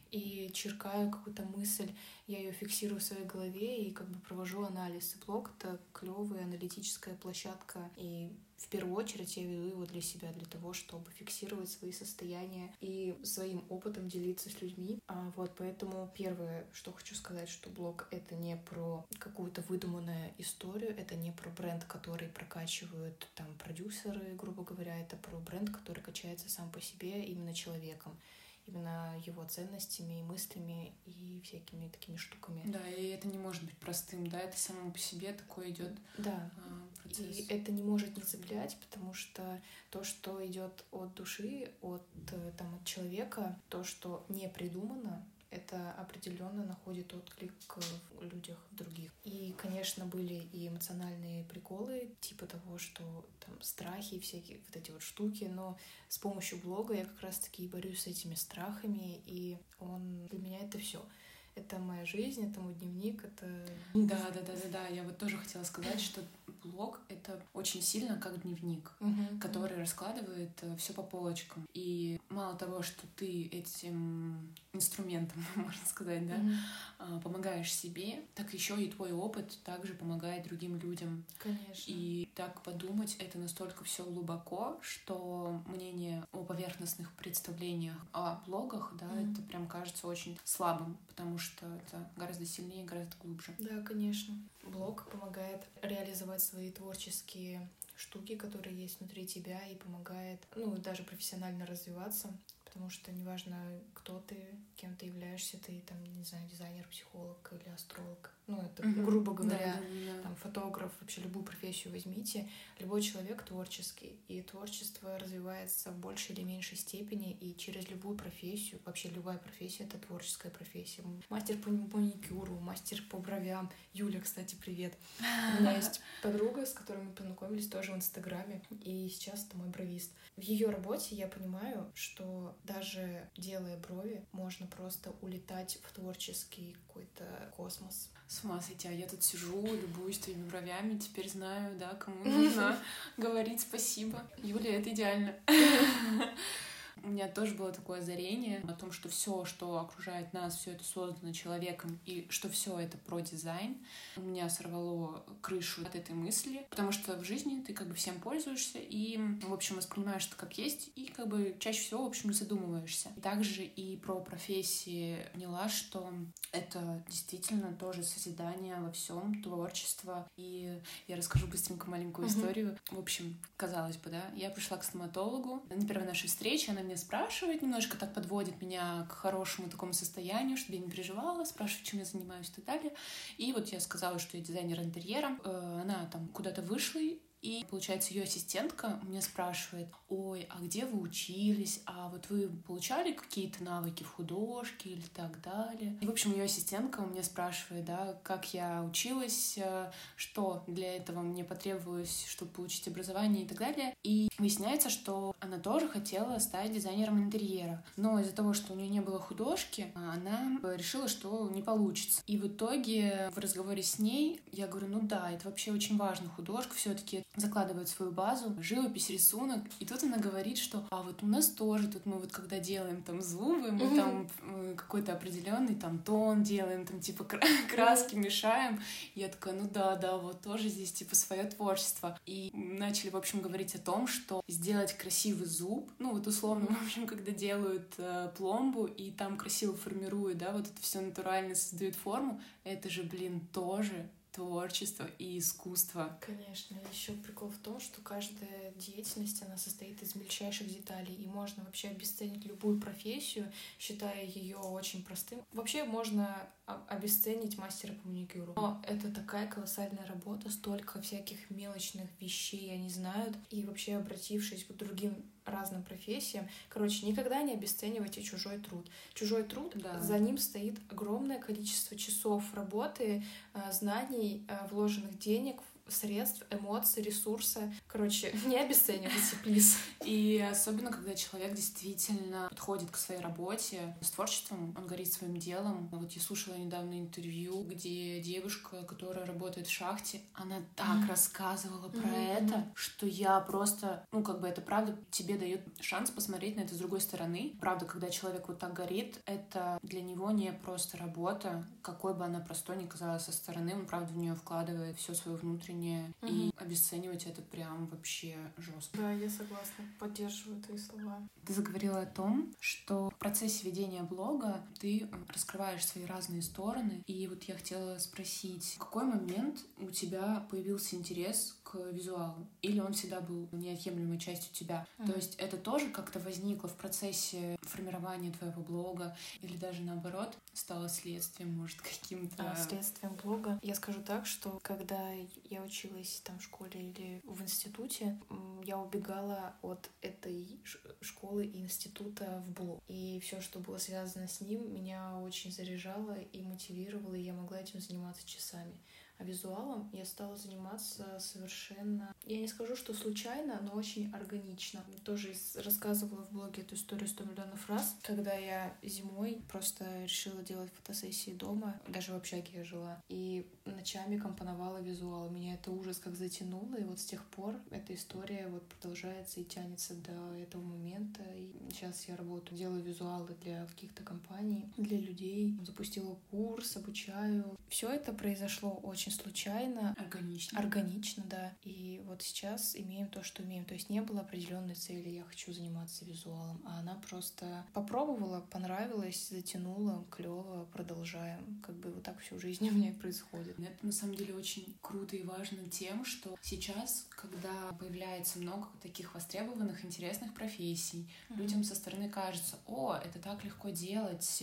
и черкаю какую-то мысль, я ее фиксирую в своей голове и провожу анализ. И блог — это клевая аналитическая площадка, и в первую очередь я веду его для себя, для того, чтобы фиксировать свои состояния и своим опытом делиться с людьми. Поэтому первое, что хочу сказать, что блог — это не про какую-то выдуманную историю, это не про бренд, который прокачивают продюсеры, грубо говоря, это про бренд, который качается сам по себе именно человеком, именно его ценностями и мыслями и всякими такими штуками. Да, и это не может быть простым, да, это само по себе такой идет процесс. И это не может не цеплять, потому что то, что идет от души, от человека, то, что не придумано, это определенно находит отклик в людях других. И, конечно, были и эмоциональные приколы, типа того, что страхи, всякие эти штуки, но с помощью блога я как раз-таки борюсь с этими страхами, и для меня это все. это моя жизнь, это мой дневник, это... Да. Я вот тоже хотела сказать, что блог — это очень сильно как дневник, который раскладывает все по полочкам. И мало того, что ты этим инструментом, можно сказать, да, помогаешь себе, так еще и твой опыт также помогает другим людям. Конечно. И так подумать, это настолько все глубоко, что мнение о поверхностных представлениях о блогах, да, это прям кажется очень слабым, потому что это гораздо сильнее, гораздо глубже. Да, конечно. Блог помогает реализовать свои творческие штуки, которые есть внутри тебя, и помогает, даже профессионально развиваться, потому что неважно, кто ты, кем ты являешься, ты там, не знаю, дизайнер, психолог или астролог. Это, грубо говоря, там, фотограф, вообще любую профессию возьмите. Любой человек творческий, и творчество развивается в большей или меньшей степени, и через любую профессию, вообще любая профессия — это творческая профессия. Мастер по маникюру, мастер по бровям. Юля, кстати, привет. У меня есть подруга, с которой мы познакомились тоже в Инстаграме, и сейчас это мой бровист. В ее работе я понимаю, что даже делая брови, можно просто улетать в творческий какой-то космос. С ума сойти, а я тут сижу, любуюсь твоими бровями, теперь знаю, да, кому нужно говорить спасибо. Юля, это идеально. У меня тоже было такое озарение о том, что все, что окружает нас, все это создано человеком, и что все это про дизайн. У меня сорвало крышу от этой мысли, потому что в жизни ты как бы всем пользуешься и, в общем, воспринимаешь это как есть, и как бы чаще всего, в общем, не задумываешься. Также и про профессии поняла, что это действительно тоже созидание во всем, творчество. И я расскажу быстренько маленькую историю. В общем, казалось бы, да, я пришла к стоматологу. На первой нашей встрече она меня спрашивает, немножко так подводит меня к хорошему такому состоянию, чтобы я не переживала, спрашивает, чем я занимаюсь и так далее. И вот я сказала, что я дизайнер интерьера. Она там куда-то вышла, и, получается, ее ассистентка меня спрашивает: ой, а где вы учились? А вот вы получали какие-то навыки в художке или так далее? И, в общем, ее ассистентка у меня спрашивает, да, как я училась, что для этого мне потребовалось, чтобы получить образование и так далее. И выясняется, что она тоже хотела стать дизайнером интерьера. Но из-за того, что у нее не было художки, она решила, что не получится. И в итоге в разговоре с ней я говорю: ну да, это вообще очень важно, художка все-таки закладывает свою базу, живопись, рисунок. И тут она говорит, что вот у нас тоже тут мы вот когда делаем там зубы, мы там какой-то определенный там тон делаем, там типа краски мешаем. И я такая: ну да, вот тоже здесь типа свое творчество. И начали, в общем, говорить о том, что сделать красивый зуб, вот условно, в общем, когда делают пломбу и там красиво формируют, да, вот это все натурально создают форму, это же, тоже творчество и искусство. Конечно. Еще прикол в том, что каждая деятельность, она состоит из мельчайших деталей, и можно вообще обесценить любую профессию, считая ее очень простым. Вообще можно обесценить мастера по маникюру. Но это такая колоссальная работа, столько всяких мелочных вещей они знают, и вообще, обратившись к другим разным профессиям, никогда не обесценивайте чужой труд. Чужой труд, да. За ним стоит огромное количество часов работы, знаний, вложенных денег, средств, эмоций, ресурса. Не обесценивайте, плиз. И особенно, когда человек действительно подходит к своей работе с творчеством, он горит своим делом. Вот я слушала недавно интервью, где девушка, которая работает в шахте, она так рассказывала про это, что я просто, это правда тебе дает шанс посмотреть на это с другой стороны. Правда, когда человек вот так горит, это для него не просто работа, какой бы она простой ни казалась со стороны, он правда в нее вкладывает все свое внутреннее, и обесценивать это прям вообще жестко. Да, я согласна, поддерживаю твои слова. Ты заговорила о том, что в процессе ведения блога ты раскрываешь свои разные стороны, и вот я хотела спросить, в какой момент у тебя появился интерес к визуалу? Или он всегда был неотъемлемой частью тебя? То есть это тоже как-то возникло в процессе формирования твоего блога, или даже наоборот стало следствием, может, каким-то... Следствием блога. Я скажу так, что когда я училась там в школе или в институте, я убегала от этой школы и института в блог. И все, что было связано с ним, меня очень заряжало и мотивировало, и я могла этим заниматься часами. визуалом я стала заниматься совершенно, я не скажу, что случайно, но очень органично. Тоже рассказывала в блоге эту историю 100 миллионов раз, когда я зимой просто решила делать фотосессии дома, даже в общаге я жила, и ночами компоновала визуал. Меня это ужас как затянуло, и вот с тех пор эта история вот продолжается и тянется до этого момента. И сейчас я работаю, делаю визуалы для каких-то компаний, для людей, запустила курс, обучаю. Все это произошло очень случайно. Органично, да. И вот сейчас имеем то, что имеем. То есть не было определенной цели, я хочу заниматься визуалом, а она просто попробовала, понравилась, затянула, клево, продолжаем. Как бы вот так всю жизнь у меня и происходит. Это на самом деле очень круто и важно тем, что сейчас, когда появляется много таких востребованных, интересных профессий, людям со стороны кажется: о, это так легко делать,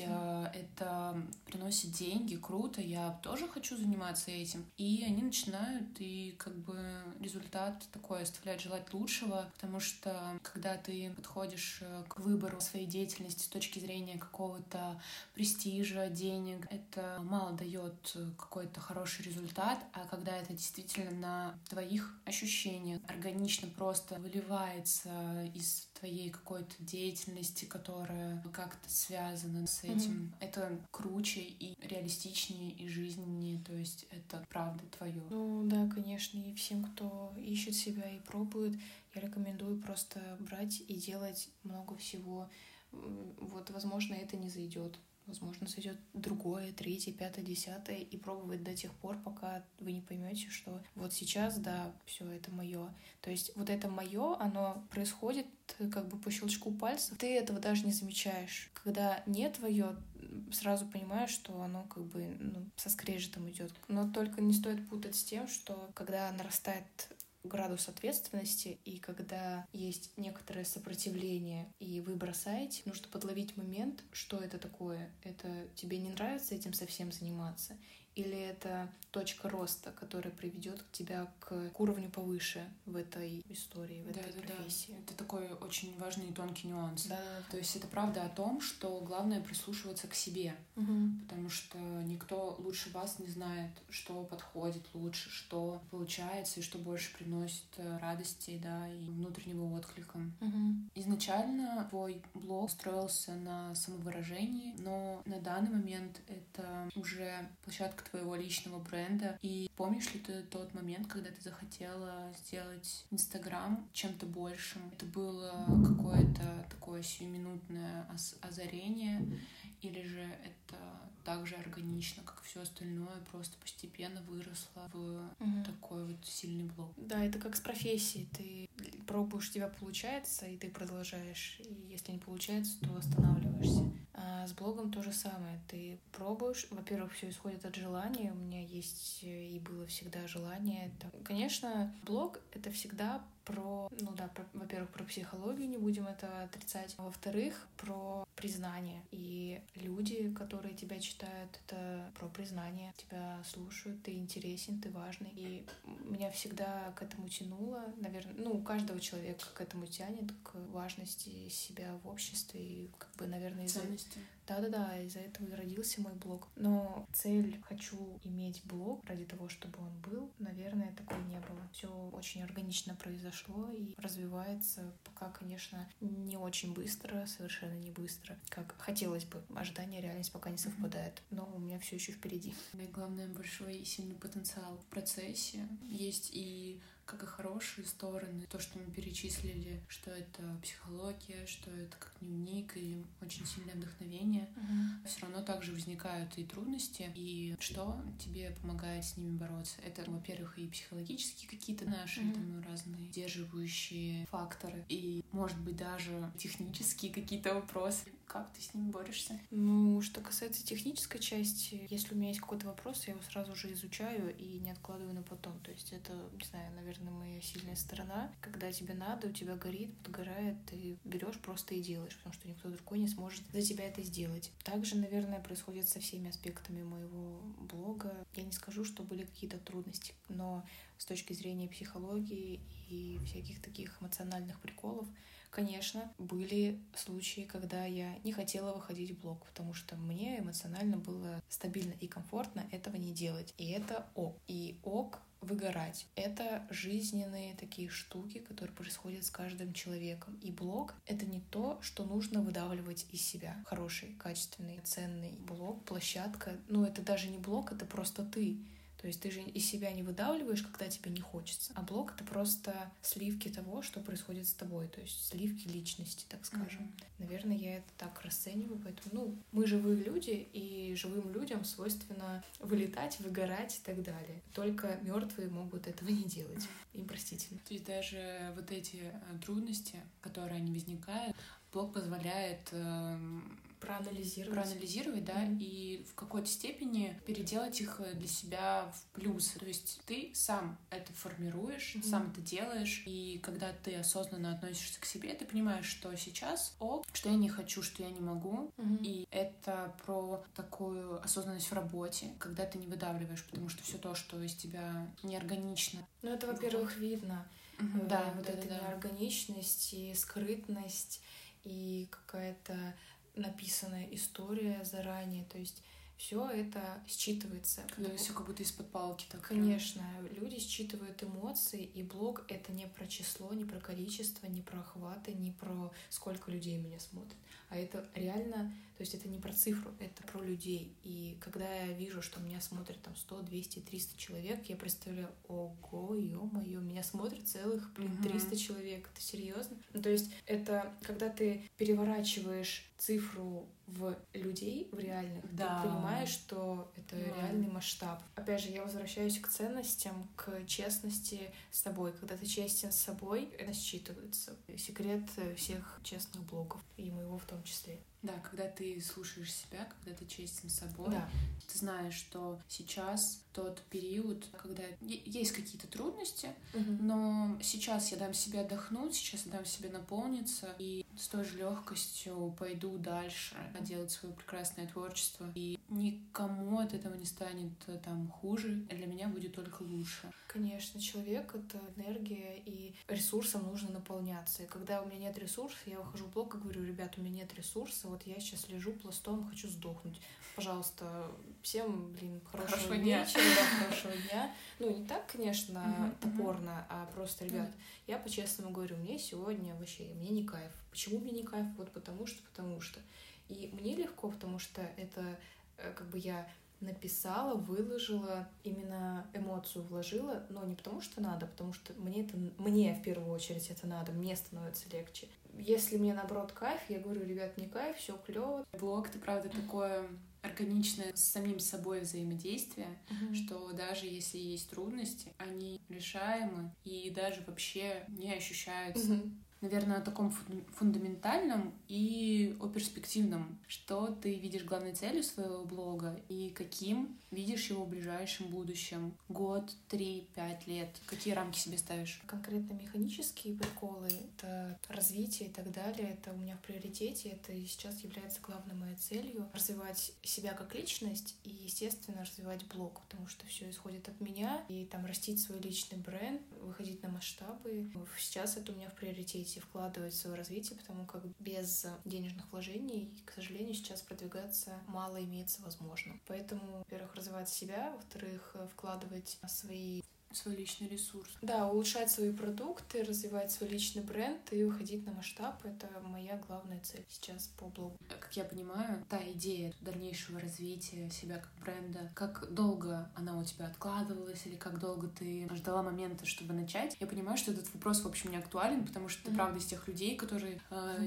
это приносит деньги, круто, я тоже хочу заниматься этим. И они начинают, и как бы результат такой оставляет желать лучшего, потому что когда ты подходишь к выбору своей деятельности с точки зрения какого-то престижа, денег, это мало дает какой-то хороший результат, а когда это действительно на твоих ощущениях органично просто выливается из твоей какой-то деятельности, которая как-то связана с этим, это круче и реалистичнее и жизненнее, то есть это правда твое. Ну да, конечно, и всем, кто ищет себя и пробует, я рекомендую просто брать и делать много всего. Вот, возможно, это не зайдет. Возможно, сойдет другое, третье, пятое, десятое, и пробовать до тех пор, пока вы не поймете, что вот сейчас, да, все это мое. То есть вот это мое, оно происходит как бы по щелчку пальцев. Ты этого даже не замечаешь. Когда не твое, сразу понимаешь, что оно как бы со скрежетом идет. Но только не стоит путать с тем, что когда нарастает градус ответственности, и когда есть некоторое сопротивление, и вы бросаете, нужно подловить момент, что это такое. Это тебе не нравится этим совсем заниматься? Или это точка роста, которая приведет тебя к уровню повыше в этой истории, в этой профессии? Да. Это такой очень важный и тонкий нюанс. Да. То есть это правда о том, что главное прислушиваться к себе, потому что никто лучше вас не знает, что подходит лучше, что получается и что больше приносит радости, да, и внутреннего отклика. Изначально твой блог строился на самовыражении, но на данный момент это уже площадка твоего личного бренда. И помнишь ли ты тот момент, когда ты захотела сделать Инстаграм чем-то большим? Это было какое-то такое сиюминутное озарение, или же это так же органично, как все остальное, просто постепенно выросло в такой вот сильный блог? Да, это как с профессией. Ты пробуешь, у тебя получается, и ты продолжаешь. И если не получается, то останавливаешься. А с блогом то же самое. Ты пробуешь. Во-первых, все исходит от желания. У меня есть и было всегда желание. Конечно, блог — это всегда про, во-первых, про психологию, не будем это отрицать. А во-вторых, про признание. И люди, которые тебя читают, это про признание. Тебя слушают, ты интересен, ты важный. И меня всегда к этому тянуло. Наверное, у каждого человека к этому тянет, к важности себя в обществе. И, наверное, ценности. Да, из-за этого и родился мой блог. Но цель «хочу иметь блог» ради того, чтобы он был, наверное, такой не было. Все очень органично произошло и развивается пока, конечно, не очень быстро, совершенно не быстро, как хотелось бы. Ожидания и реальность пока не совпадают. Но у меня все еще впереди. И главное, большой и сильный потенциал в процессе. Есть и как и хорошие стороны, то, что мы перечислили, что это психология, что это как дневник и очень сильное вдохновение. Все равно также возникают и трудности, и что тебе помогает с ними бороться. Это, во-первых, и психологические какие-то наши там разные сдерживающие факторы, и, может быть, даже технические какие-то вопросы. Как ты с ними борешься? Что касается технической части, если у меня есть какой-то вопрос, я его сразу же изучаю и не откладываю на потом. То есть это, не знаю, наверное, моя сильная сторона. Когда тебе надо, у тебя горит, подгорает, ты берешь просто и делаешь, потому что никто другой не сможет за тебя это сделать. Также, наверное, происходит со всеми аспектами моего блога. Я не скажу, что были какие-то трудности, но с точки зрения психологии и всяких таких эмоциональных приколов, Конечно, были случаи, когда я не хотела выходить в блог, потому что мне эмоционально было стабильно и комфортно этого не делать. И это ок. И ок выгорать. Это жизненные такие штуки, которые происходят с каждым человеком. И блог — это не то, что нужно выдавливать из себя. Хороший, качественный, ценный блог, площадка. Ну, это даже не блог, это просто ты. То есть ты же из себя не выдавливаешь, когда тебе не хочется. А блог — это просто сливки того, что происходит с тобой. То есть сливки личности, так скажем. Наверное, я это так расцениваю. Поэтому, мы живые люди, и живым людям свойственно вылетать, выгорать и так далее. Только мертвые могут этого не делать. Им простительно. То есть даже вот эти трудности, которые они возникают, блог позволяет проанализировать, да, и в какой-то степени переделать их для себя в плюсы. То есть ты сам это формируешь, сам это делаешь, и когда ты осознанно относишься к себе, ты понимаешь, что сейчас что я не хочу, что я не могу, и это про такую осознанность в работе, когда ты не выдавливаешь, потому что все то, что из тебя неорганично. Ну, это, во-первых, видно. Да, вот эта неорганичность и скрытность, и какая-то написанная история заранее, то есть все это считывается. Когда все как будто из-под палки. Так Конечно, люди считывают эмоции, и блог — это не про число, не про количество, не про охваты, не про сколько людей меня смотрят, а это реально, то есть это не про цифру, это про людей. И когда я вижу, что меня смотрят там 100, 200, 300 человек, я представляю: ого, ё-моё, меня смотрят целых, 300 человек, это серьезно? Ну, то есть это когда ты переворачиваешь цифру в людей, в реальных, ты понимаешь, что это реальный масштаб. Опять же, я возвращаюсь к ценностям, к честности с собой. Когда ты честен с собой, это считывается. Секрет всех честных блогов, и моего в том числе. Да, когда ты слушаешь себя, когда ты честен с собой, ты знаешь, что сейчас тот период, когда есть какие-то трудности, но сейчас я дам себе отдохнуть, сейчас я дам себе наполниться, и с той же легкостью пойду дальше делать свое прекрасное творчество. И никому от этого не станет там хуже, для меня будет только лучше. Конечно, человек — это энергия, и ресурсом нужно наполняться. И когда у меня нет ресурса, я выхожу в блог и говорю: ребят, у меня нет ресурса, вот я сейчас лежу пластом, хочу сдохнуть. Пожалуйста, всем, хорошего вечера, хорошего дня. Ну, не так, конечно, топорно, а просто: ребят, я по-честному говорю, мне сегодня вообще, мне не кайф. Почему мне не кайф? Вот потому что. И мне легко, потому что это как бы я написала, выложила, именно эмоцию вложила, но не потому что надо, потому что мне в первую очередь это надо, мне становится легче. Если мне наоборот кайф, я говорю: ребят, мне кайф, все клево. Блог — это правда такое органичное с самим собой взаимодействие, что даже если есть трудности, они решаемы и даже вообще не ощущаются. Наверное, о таком фундаментальном и о перспективном. Что ты видишь главной целью своего блога и каким видишь его в ближайшем будущем? Год, 3, 5 лет? Какие рамки себе ставишь? Конкретно механические приколы, это развитие и так далее, это у меня в приоритете, это и сейчас является главной моей целью. Развивать себя как личность и, естественно, развивать блог, потому что все исходит от меня, и там растить свой личный бренд, выходить на масштабы. Сейчас это у меня в приоритете, вкладывать в свое развитие, потому как без денежных вложений, к сожалению, сейчас продвигаться мало имеется возможно. Поэтому, во-первых, развивать себя, во-вторых, вкладывать свой личный ресурс. Да, улучшать свои продукты, развивать свой личный бренд и выходить на масштаб — это моя главная цель сейчас по блогу. Как я понимаю, та идея дальнейшего развития себя как бренда, как долго она у тебя откладывалась или как долго ты ждала момента, чтобы начать? Я понимаю, что этот вопрос, в общем, не актуален, потому что ты, правда, из тех людей, которые,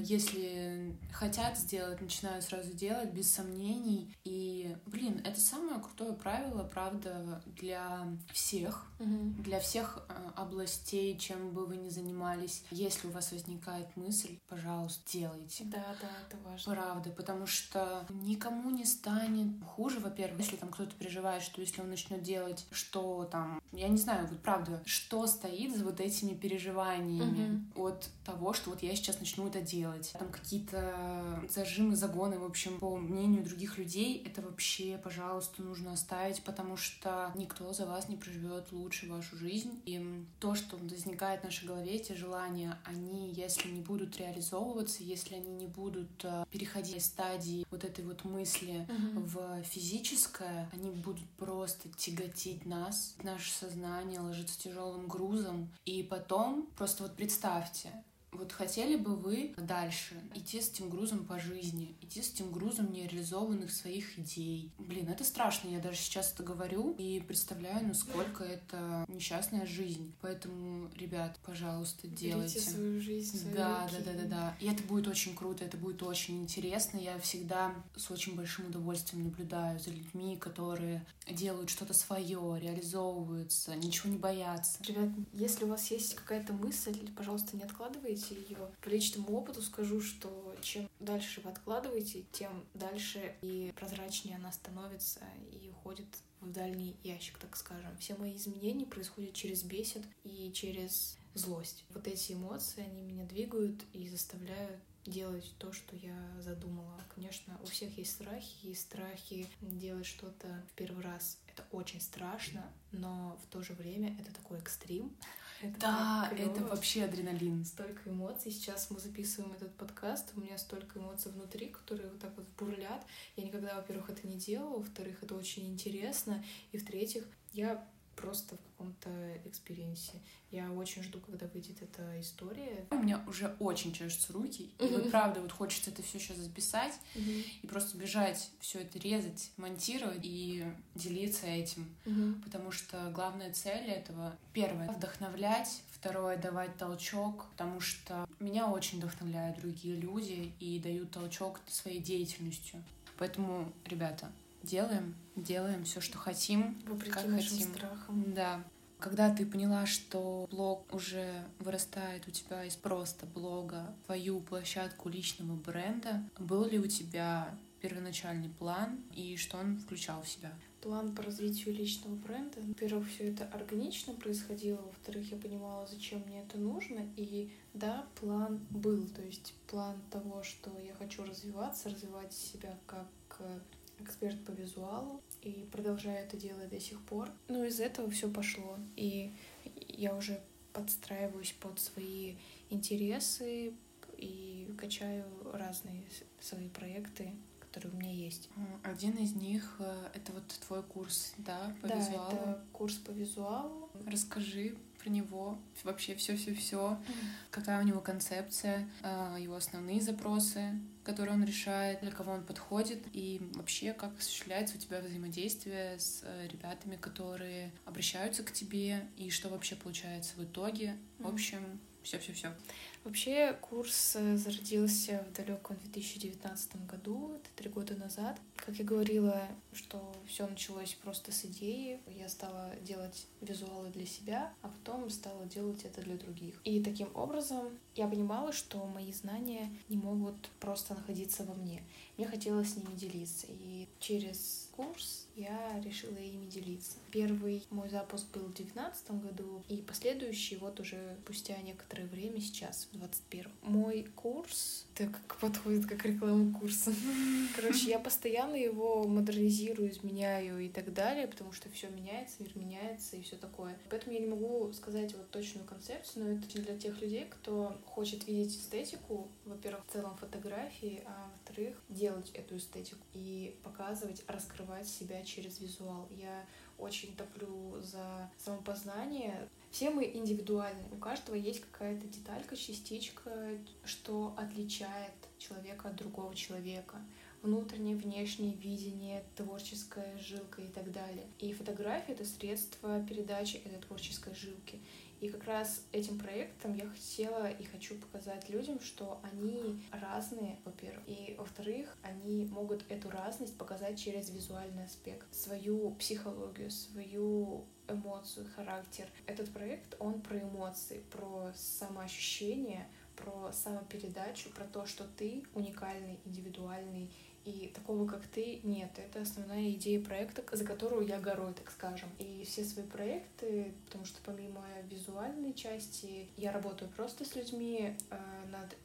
если хотят сделать, начинают сразу делать без сомнений. И, это самое крутое правило, правда, для всех. Для всех областей, чем бы вы ни занимались. Если у вас возникает мысль, пожалуйста, делайте. Да, это важно. Правда, потому что никому не станет хуже, во-первых, если там кто-то переживает, что если он начнет делать, что там, я не знаю, вот правда, что стоит за вот этими переживаниями от того, что вот я сейчас начну это делать. Там какие-то зажимы, загоны, в общем, по мнению других людей, это вообще, пожалуйста, нужно нужно оставить, потому что никто за вас не проживет лучше вашу жизнь. И то, что возникает в нашей голове, эти желания, они, если не будут реализовываться, если они не будут переходить из стадии вот этой вот мысли в физическое, они будут просто тяготить нас, наше сознание ложится тяжелым грузом. И потом, просто вот представьте, вот хотели бы вы дальше идти с этим грузом по жизни, идти с этим грузом нереализованных своих идей? Блин, это страшно, я даже сейчас это говорю и представляю, насколько это несчастная жизнь. Поэтому, ребят, пожалуйста, делайте. Берите свою жизнь в свои руки. Да. И это будет очень круто, это будет очень интересно. Я всегда с очень большим удовольствием наблюдаю за людьми, которые делают что-то свое, реализовываются, ничего не боятся. Ребят, если у вас есть какая-то мысль, пожалуйста, не откладывайте ее. По личному опыту скажу, что чем дальше вы откладываете, тем дальше и прозрачнее она становится и уходит в дальний ящик, так скажем. Все мои изменения происходят через бесед и через злость. Вот эти эмоции, они меня двигают и заставляют делать то, что я задумала. Конечно, у всех есть страхи, и страхи делать что-то в первый раз. Это очень страшно, но в то же время это такой экстрим. Это вообще адреналин. Столько эмоций. Сейчас мы записываем этот подкаст, у меня столько эмоций внутри, которые вот так вот бурлят. Я никогда, во-первых, это не делала, во-вторых, это очень интересно, и в-третьих, я просто в каком-то экспириенсе. Я очень жду, когда выйдет эта история. У меня уже очень чешутся руки, и вот правда вот хочется это все сейчас записать и просто бежать, все это резать, монтировать и делиться этим, потому что главная цель этого: первое — вдохновлять, второе — давать толчок, потому что меня очень вдохновляют другие люди и дают толчок своей деятельностью. Поэтому, ребята, делаем все, что хотим, вопреки как нашим хотим. страхам. Да. Когда ты поняла, что блог уже вырастает у тебя из просто блога в твою площадку личного бренда, был ли у тебя первоначальный план и что он включал в себя? План по развитию личного бренда. Во-первых, все это органично происходило, во-вторых, я понимала, зачем мне это нужно, и да, план был, то есть план того, что я хочу развиваться, развивать себя как эксперт по визуалу, и продолжаю это делать до сих пор. Но из этого все пошло, и я уже подстраиваюсь под свои интересы и качаю разные свои проекты, которые у меня есть. Один из них — это вот твой курс, да, по визуалу? Да, это курс по визуалу. Расскажи про него, вообще все, какая у него концепция, его основные запросы, которые он решает, для кого он подходит, и вообще как осуществляется у тебя взаимодействие с ребятами, которые обращаются к тебе, и что вообще получается в итоге. В общем, все. Вообще курс зародился в далеком 2019 году, это 3 года назад. Как я говорила, что все началось просто с идеи. Я стала делать визуалы для себя, а потом стала делать это для других. И таким образом я понимала, что мои знания не могут просто находиться во мне. Мне хотелось с ними делиться. И через курс я решила ими делиться. Первый мой запуск был в 2019 году, и последующий вот уже спустя некоторое время сейчас, в 2021. Мой курс, так как подходит как реклама курса. Короче, я постоянно его модернизирую, изменяю и так далее, потому что все меняется, мир меняется и все такое. Поэтому я не могу сказать вот точную концепцию, но это для тех людей, кто хочет видеть эстетику, во-первых, в целом фотографии, а во-вторых, делать эту эстетику и показывать, раскрывать себя через визуал. Я очень топлю за самопознание. Все мы индивидуальны, у каждого есть какая-то деталька, частичка, что отличает человека от другого человека. Внутреннее, внешнее видение, творческая жилка и так далее. И фотография — это средство передачи этой творческой жилки. И как раз этим проектом я хотела и хочу показать людям, что они разные, во-первых, и, во-вторых, они могут эту разность показать через визуальный аспект, свою психологию, свою эмоцию, характер. Этот проект, он про эмоции, про самоощущение, про самопередачу, про то, что ты уникальный, индивидуальный, и такого, как ты, нет. Это основная идея проекта, за которую я горой, так скажем. И все свои проекты, потому что помимо визуальной части, я работаю просто с людьми над их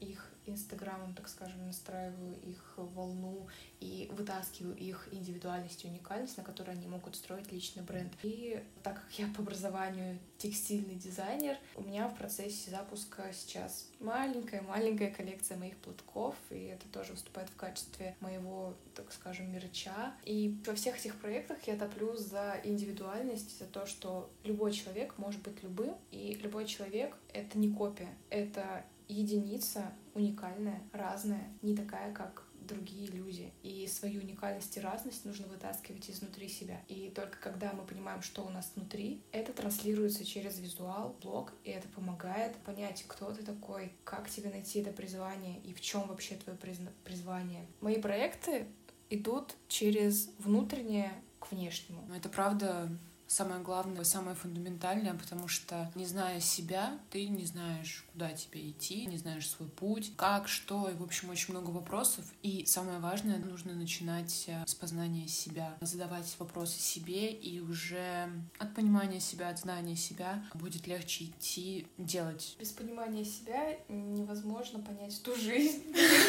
Инстаграмом, так скажем, настраиваю их волну и вытаскиваю их индивидуальность и уникальность, на которой они могут строить личный бренд. И так как я по образованию текстильный дизайнер, у меня в процессе запуска сейчас маленькая коллекция моих платков, и это тоже выступает в качестве моего, так скажем, мерча. И во всех этих проектах я топлю за индивидуальность, за то, что любой человек может быть любым, и любой человек — это не копия, это единица уникальная, разная, не такая, как другие люди. И свою уникальность и разность нужно вытаскивать изнутри себя. И только когда мы понимаем, что у нас внутри, это транслируется через визуал, блог, и это помогает понять, кто ты такой, как тебе найти это призвание и в чем вообще твое призвание. Мои проекты идут через внутреннее к внешнему. Это правда самое главное, самое фундаментальное, потому что, не зная себя, ты не знаешь, куда тебе идти, не знаешь свой путь, как, что, и, в общем, очень много вопросов. И самое важное, нужно начинать с познания себя, задавать вопросы себе, и уже от понимания себя, от знания себя будет легче идти делать. Без понимания себя невозможно понять ту жизнь.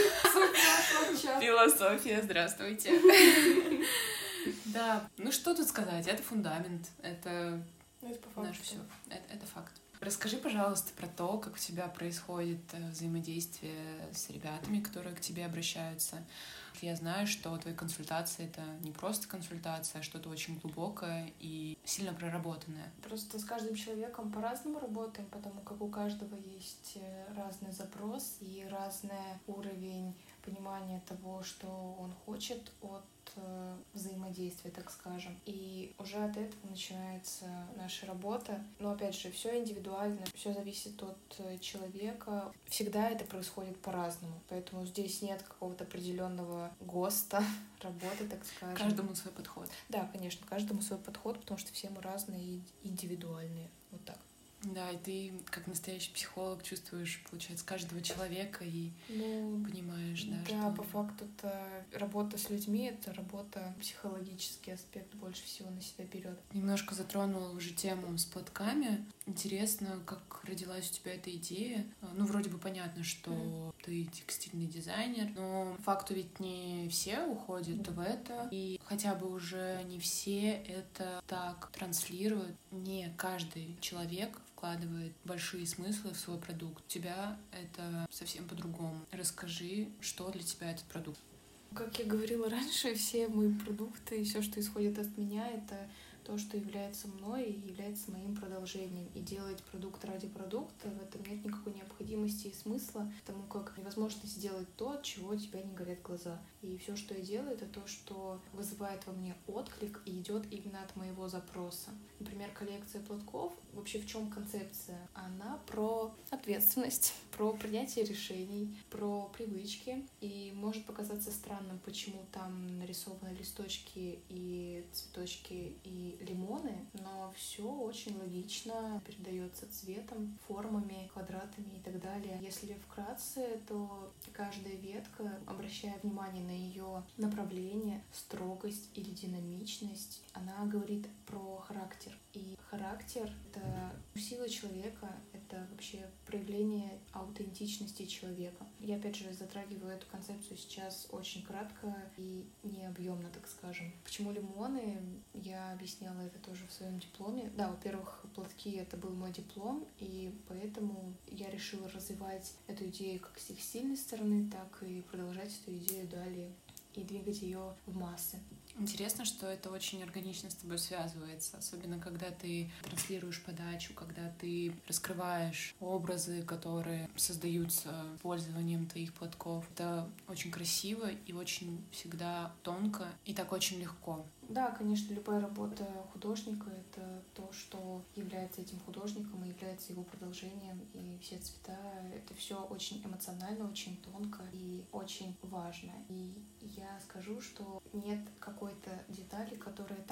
Философия, здравствуйте. Да, ну что тут сказать, это фундамент, это наше все, это факт. Расскажи, пожалуйста, про то, как у тебя происходит взаимодействие с ребятами, которые к тебе обращаются. Я знаю, что твои консультации — это не просто консультация, а что-то очень глубокое и сильно проработанное. Просто с каждым человеком по-разному работаем, потому как у каждого есть разный запрос и разный уровень понимания того, что он хочет от взаимодействия, так скажем. И уже от этого начинается наша работа. Но опять же, все индивидуально, все зависит от человека. Всегда это происходит по-разному. Поэтому здесь нет какого-то определенного ГОСТа работы, так скажем. Каждому свой подход. Да, конечно, каждому свой подход, потому что все мы разные и индивидуальные. Вот так. Да, и ты, как настоящий психолог, чувствуешь, получается, каждого человека и понимаешь, да, да, что... по факту это работа с людьми, это работа, психологический аспект больше всего на себя берет. Немножко затронула уже тему с платками. Интересно, как родилась у тебя эта идея. Ну, вроде бы понятно, что ты текстильный дизайнер, но по факту ведь не все уходят в это, и хотя бы уже не все это так транслируют. Не каждый человек вкладывает большие смыслы в свой продукт. У тебя это совсем по-другому. Расскажи, что для тебя этот продукт. Как я говорила раньше, все мои продукты, все, что исходит от меня, это то, что является мной и является моим продолжением. И делать продукт ради продукта, в этом нет никакой необходимости и смысла, потому как невозможно сделать то, от чего у тебя не горят глаза. И все, что я делаю, это то, что вызывает во мне отклик и идет именно от моего запроса. Например, коллекция платков, вообще в чем концепция? Она про ответственность, про принятие решений, про привычки. И может показаться странным, почему там нарисованы листочки и цветочки и лимоны, но все очень логично передается цветом, формами, квадратами и так далее. Если вкратце, то каждая ветка, обращая внимание на ее направление, строгость или динамичность, она говорит про характер. И характер — это сила человека, это вообще проявление аутентичности человека. Я, опять же, затрагиваю эту концепцию сейчас очень кратко и необъемно, так скажем. Почему лимоны? Я объясняла это тоже в своем дипломе. Да, во-первых, платки — это был мой диплом, и поэтому я решила развивать эту идею как с текстильной стороны, так и продолжать эту идею далее и двигать ее в массы. Интересно, что это очень органично с тобой связывается, особенно когда ты транслируешь подачу, когда ты раскрываешь образы, которые создаются пользованием твоих платков. Это очень красиво и очень всегда тонко, и так очень легко. Да, конечно, любая работа художника — это то, что является этим художником и является его продолжением. И все цвета — это все очень эмоционально, очень тонко и очень важно. И я скажу, что нет какой-то детали, которая там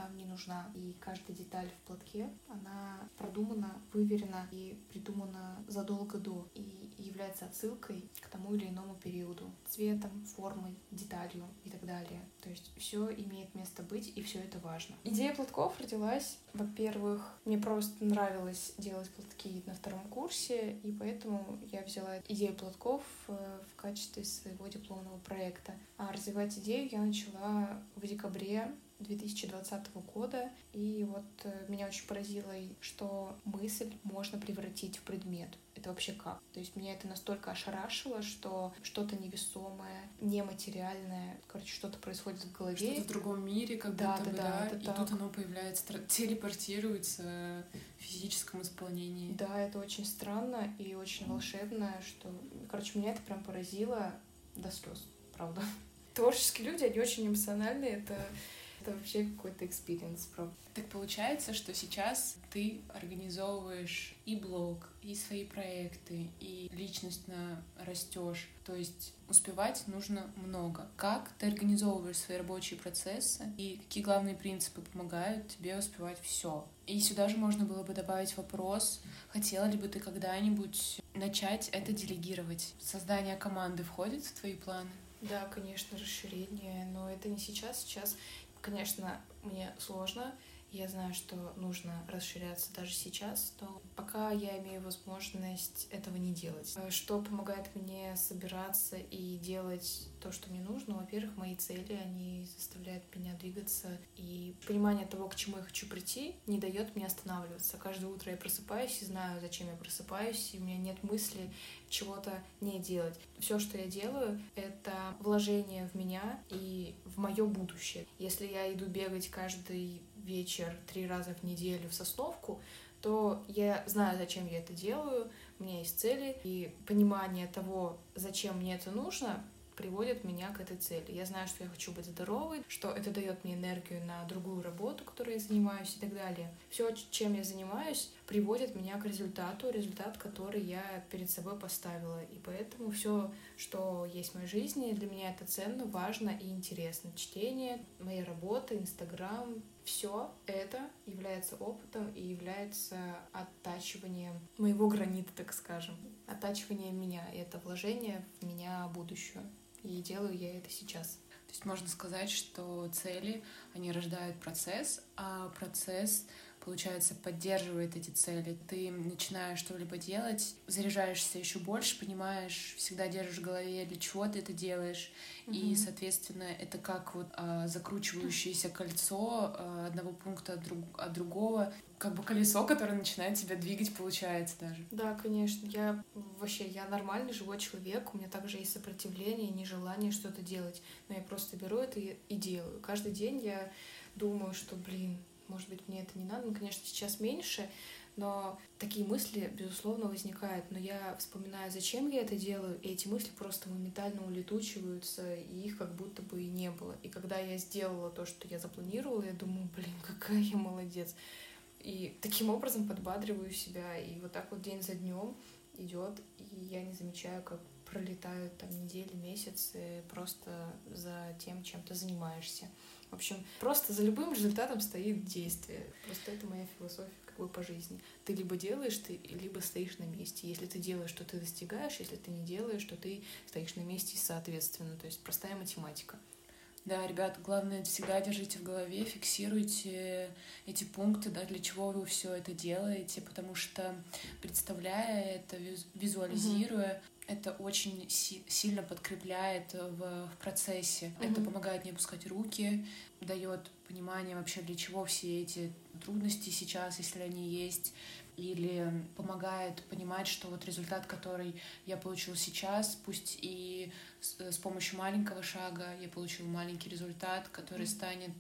нам не нужна. И каждая деталь в платке, она продумана, выверена и придумана задолго до. И является отсылкой к тому или иному периоду. Цветом, формой, деталью и так далее. То есть все имеет место быть, и все это важно. Идея платков родилась, во-первых, мне просто нравилось делать платки на втором курсе, и поэтому я взяла идею платков в качестве своего дипломного проекта. А развивать идею я начала в декабре 2020 года, и вот меня очень поразило, что мысль можно превратить в предмет. Это вообще как? То есть меня это настолько ошарашило, что что-то невесомое, нематериальное, короче, что-то происходит в голове. Что-то в другом мире, как будто бы, да, и тут оно появляется, телепортируется в физическом исполнении. Да, это очень странно и очень волшебно, что, короче, меня это прям поразило до слез, правда. Творческие люди, они очень эмоциональные, это вообще какой-то экспириенс, правда. Так получается, что сейчас ты организовываешь и блог, и свои проекты, и личностно растешь. То есть успевать нужно много. Как ты организовываешь свои рабочие процессы и какие главные принципы помогают тебе успевать все? И сюда же можно было бы добавить вопрос, хотела ли бы ты когда-нибудь начать это делегировать? Создание команды входит в твои планы? Да, конечно, расширение, но это не сейчас. Сейчас, конечно, мне сложно. Я знаю, что нужно расширяться даже сейчас, но пока я имею возможность этого не делать. Что помогает мне собираться и делать то, что мне нужно? Во-первых, мои цели, они заставляют меня двигаться, и понимание того, к чему я хочу прийти, не дает мне останавливаться. Каждое утро я просыпаюсь и знаю, зачем я просыпаюсь, и у меня нет мысли чего-то не делать. Все, что я делаю, это вложение в меня и в мое будущее. Если я иду бегать каждый вечер 3 раза в неделю в Сосновку, то я знаю, зачем я это делаю, у меня есть цели, и понимание того, зачем мне это нужно, приводит меня к этой цели. Я знаю, что я хочу быть здоровой, что это дает мне энергию на другую работу, которой я занимаюсь и так далее. Все, чем я занимаюсь, приводит меня к результат, который я перед собой поставила. И поэтому все, что есть в моей жизни, для меня это ценно, важно и интересно. Чтение, моя работа, Инстаграм, все это является опытом и является оттачиванием моего гранита, так скажем, оттачиванием меня. И это вложение в меня будущее. И делаю я это сейчас. То есть можно сказать, что цели, они рождают процесс, а процесс, получается, поддерживает эти цели. Ты начинаешь что-либо делать, заряжаешься еще больше, понимаешь, всегда держишь в голове, для чего ты это делаешь. И, соответственно, это как вот закручивающееся кольцо одного пункта от другого, как бы колесо, которое начинает тебя двигать, получается даже. Да, конечно. Я нормальный живой человек, у меня также есть сопротивление, нежелание что-то делать, но я просто беру это и делаю. Каждый день я думаю, что, может быть, мне это не надо. Ну, конечно, сейчас меньше, но такие мысли, безусловно, возникают. Но я вспоминаю, зачем я это делаю, и эти мысли просто моментально улетучиваются, и их как будто бы и не было. И когда я сделала то, что я запланировала, я думаю, какая я молодец. И таким образом подбадриваю себя. И вот так вот день за днем идет, и я не замечаю, как пролетают там недели, месяцы просто за тем, чем ты занимаешься. В общем, просто за любым результатом стоит действие. Просто это моя философия по жизни. Ты либо делаешь, ты либо стоишь на месте. Если ты делаешь, то ты достигаешь, если ты не делаешь, то ты стоишь на месте соответственно. То есть простая математика. Да, ребят, главное, всегда держите в голове, фиксируйте эти пункты, да, для чего вы все это делаете, потому что, представляя это, визуализируя, это очень сильно подкрепляет в процессе. Это помогает не опускать руки, дает понимание вообще, для чего все эти трудности сейчас, если они есть, или помогает понимать, что вот результат, который я получил сейчас, пусть и с помощью маленького шага я получил маленький результат, который станет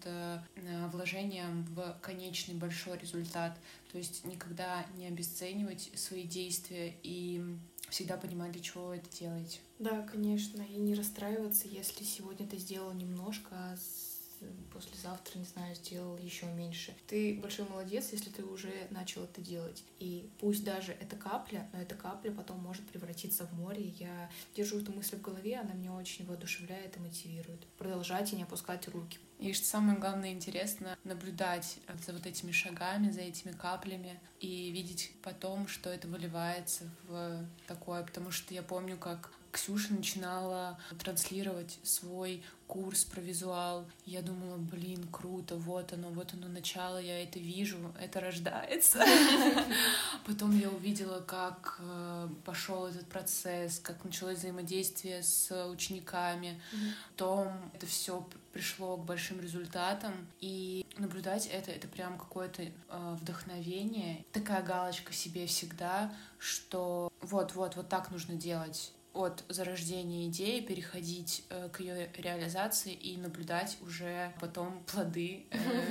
вложением в конечный большой результат. То есть никогда не обесценивать свои действия и всегда понимать, для чего вы это делаете. Да, конечно, и не расстраиваться, если сегодня ты сделал немножко, а послезавтра, не знаю, сделал еще меньше. Ты большой молодец, если ты уже начал это делать. И пусть даже это капля, но эта капля потом может превратиться в море. Я держу эту мысль в голове, она меня очень воодушевляет и мотивирует. Продолжать и не опускать руки. И что самое главное интересно, наблюдать за вот этими шагами, за этими каплями и видеть потом, что это выливается в такое. Потому что я помню, как Ксюша начинала транслировать свой курс про визуал. Я думала, блин, круто, вот оно начало, я это вижу, это рождается. Потом я увидела, как пошел этот процесс, как началось взаимодействие с учениками. Потом это все пришло к большим результатам. И наблюдать это прям какое-то вдохновение. Такая галочка себе всегда, что вот так нужно делать. От зарождения идеи переходить к ее реализации и наблюдать уже потом плоды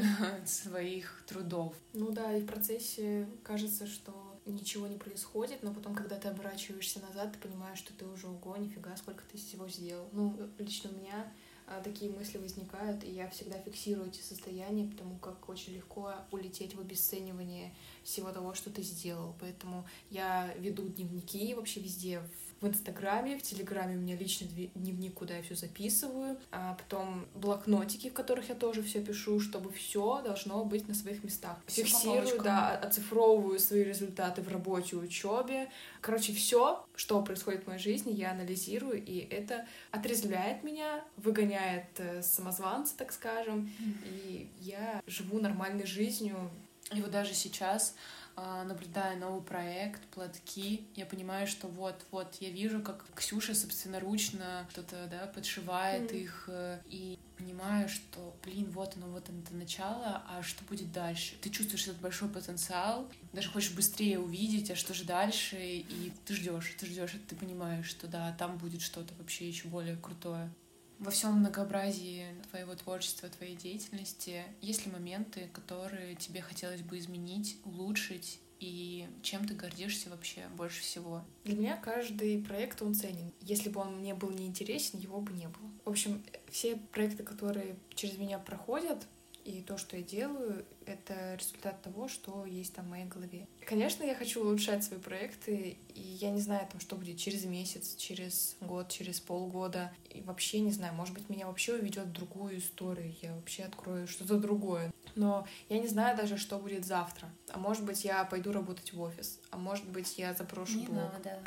своих трудов. Ну да, и в процессе кажется, что ничего не происходит, но потом, когда ты оборачиваешься назад, ты понимаешь, что ты уже ого, нифига, сколько ты всего сделал. Ну, лично у меня такие мысли возникают, и я всегда фиксирую эти состояния, потому как очень легко улететь в обесценивание всего того, что ты сделал. Поэтому я веду дневники вообще везде, в Инстаграме, в Телеграме у меня личный дневник, куда я все записываю, а потом блокнотики, в которых я тоже все пишу, чтобы все должно быть на своих местах. Фиксирую, да, оцифровываю свои результаты в работе, учебе. Короче, все, что происходит в моей жизни, я анализирую, и это отрезвляет меня, выгоняет самозванца, так скажем, и я живу нормальной жизнью. И вот даже сейчас, наблюдая новый проект, платки, я понимаю, что вот я вижу, как Ксюша собственноручно что-то, подшивает их, и понимаю, что, блин, вот оно это начало, а что будет дальше? Ты чувствуешь этот большой потенциал, даже хочешь быстрее увидеть, а что же дальше, и ты ждешь, ты понимаешь, что да, там будет что-то вообще еще более крутое. Во всем многообразии твоего творчества, твоей деятельности есть ли моменты, которые тебе хотелось бы изменить, улучшить, и чем ты гордишься вообще больше всего? Для меня каждый проект, он ценен. Если бы он мне был неинтересен, его бы не было. В общем, все проекты, которые через меня проходят, и то, что я делаю, это результат того, что есть там в моей голове. Конечно, я хочу улучшать свои проекты, и я не знаю, что будет через месяц, через год, через полгода. И вообще не знаю, может быть, меня вообще уведет в другую историю, я вообще открою что-то другое. Но я не знаю даже, что будет завтра. А может быть, я пойду работать в офис, а может быть, я заброшу блог. Не надо.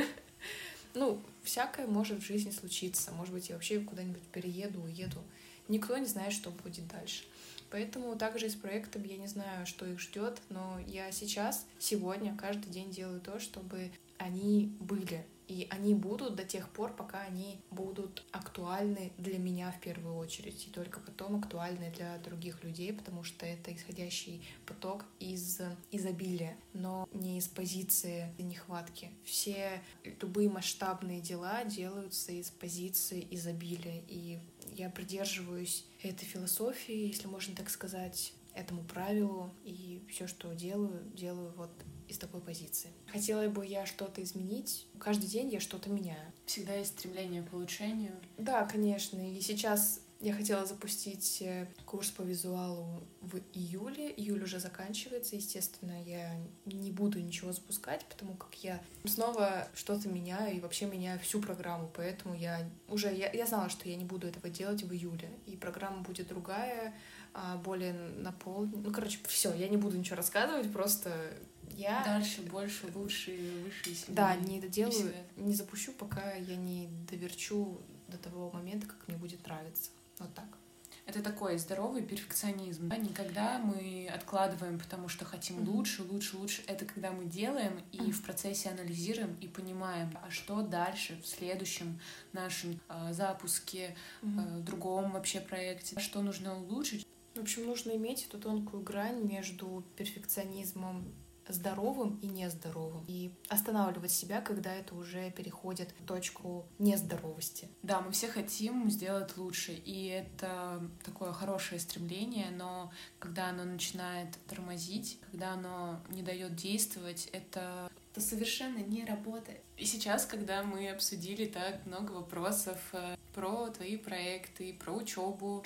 Ну, всякое может в жизни случиться. Может быть, я вообще куда-нибудь перееду, уеду. Никто не знает, что будет дальше. Поэтому также и с проектом я не знаю, что их ждет, но я сегодня, каждый день делаю то, чтобы они были. И они будут до тех пор, пока они будут актуальны для меня в первую очередь, и только потом актуальны для других людей, потому что это исходящий поток из изобилия, но не из позиции нехватки. Все любые масштабные дела делаются из позиции изобилия, и я придерживаюсь этой философии, если можно так сказать, этому правилу, и все, что делаю вот из такой позиции. Хотела бы я что-то изменить. Каждый день я что-то меняю. Всегда есть стремление к улучшению. Да, конечно. И сейчас я хотела запустить курс по визуалу в июле. Июль уже заканчивается. Естественно, я не буду ничего запускать, потому как я снова что-то меняю и вообще меняю всю программу. Поэтому я знала, что я не буду этого делать в июле. И программа будет другая, более наполненная. Ну, короче, все, я не буду ничего рассказывать, просто я... Дальше, больше, лучше, выше себя. Да, не доделаю, не запущу, пока я не доверчу до того момента, как мне будет нравиться. Вот так. Это такой здоровый перфекционизм. Да? Никогда мы откладываем, потому что хотим лучше. Это когда мы делаем и в процессе анализируем и понимаем, а что дальше в следующем нашем запуске, другом вообще проекте, что нужно улучшить. В общем, нужно иметь эту тонкую грань между перфекционизмом здоровым и нездоровым. И останавливать себя, когда это уже переходит в точку нездоровости. Да, мы все хотим сделать лучше, и это такое хорошее стремление, но когда оно начинает тормозить, когда оно не дает действовать, это совершенно не работает. И сейчас, когда мы обсудили так много вопросов про твои проекты, про учебу,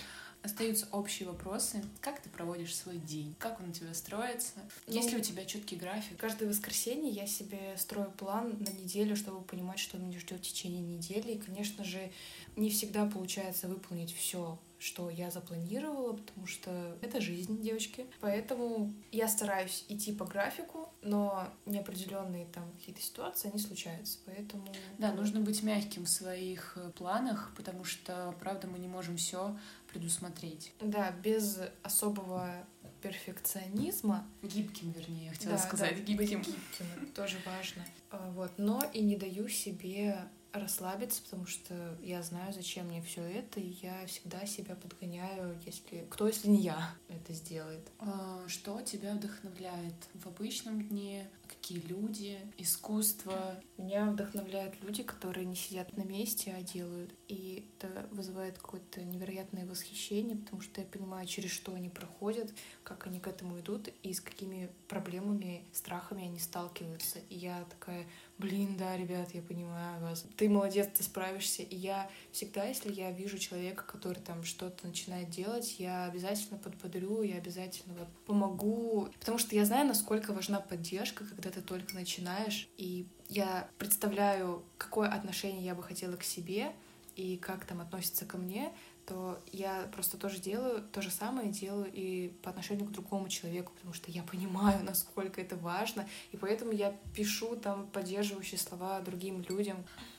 Остаются общие вопросы. Как ты проводишь свой день? Как он у тебя строится? Есть ли у тебя четкий график? Каждое воскресенье я себе строю план на неделю, чтобы понимать, что меня ждет в течение недели. И, конечно же, не всегда получается выполнить все, что я запланировала, потому что это жизнь, девочки. Поэтому я стараюсь идти по графику, но неопределенные там какие-то ситуации, они случаются. Поэтому... Да, нужно быть мягким в своих планах, потому что, правда, мы не можем все предусмотреть. Да, без особого перфекционизма. Гибким, вернее, я хотела сказать. Да, гибким. Быть гибким, это тоже важно. Вот. Но и не даю себе расслабиться, потому что я знаю, зачем мне все это, и я всегда себя подгоняю, если не я это сделает. Что тебя вдохновляет в обычном дне? Какие люди, искусство? Меня вдохновляют люди, которые не сидят на месте, а делают. И это вызывает какое-то невероятное восхищение, потому что я понимаю, через что они проходят, как они к этому идут и с какими проблемами, страхами они сталкиваются. И я такая: блин, да, ребят, я понимаю вас. Ты молодец, ты справишься. И я всегда, если я вижу человека, который там что-то начинает делать, я обязательно подбодрю, я обязательно вот помогу. Потому что я знаю, насколько важна поддержка, когда ты только начинаешь. И я представляю, какое отношение я бы хотела к себе и как там относятся ко мне, то я просто тоже делаю то же самое делаю и по отношению к другому человеку, потому что я понимаю, насколько это важно, и поэтому я пишу там поддерживающие слова другим людям.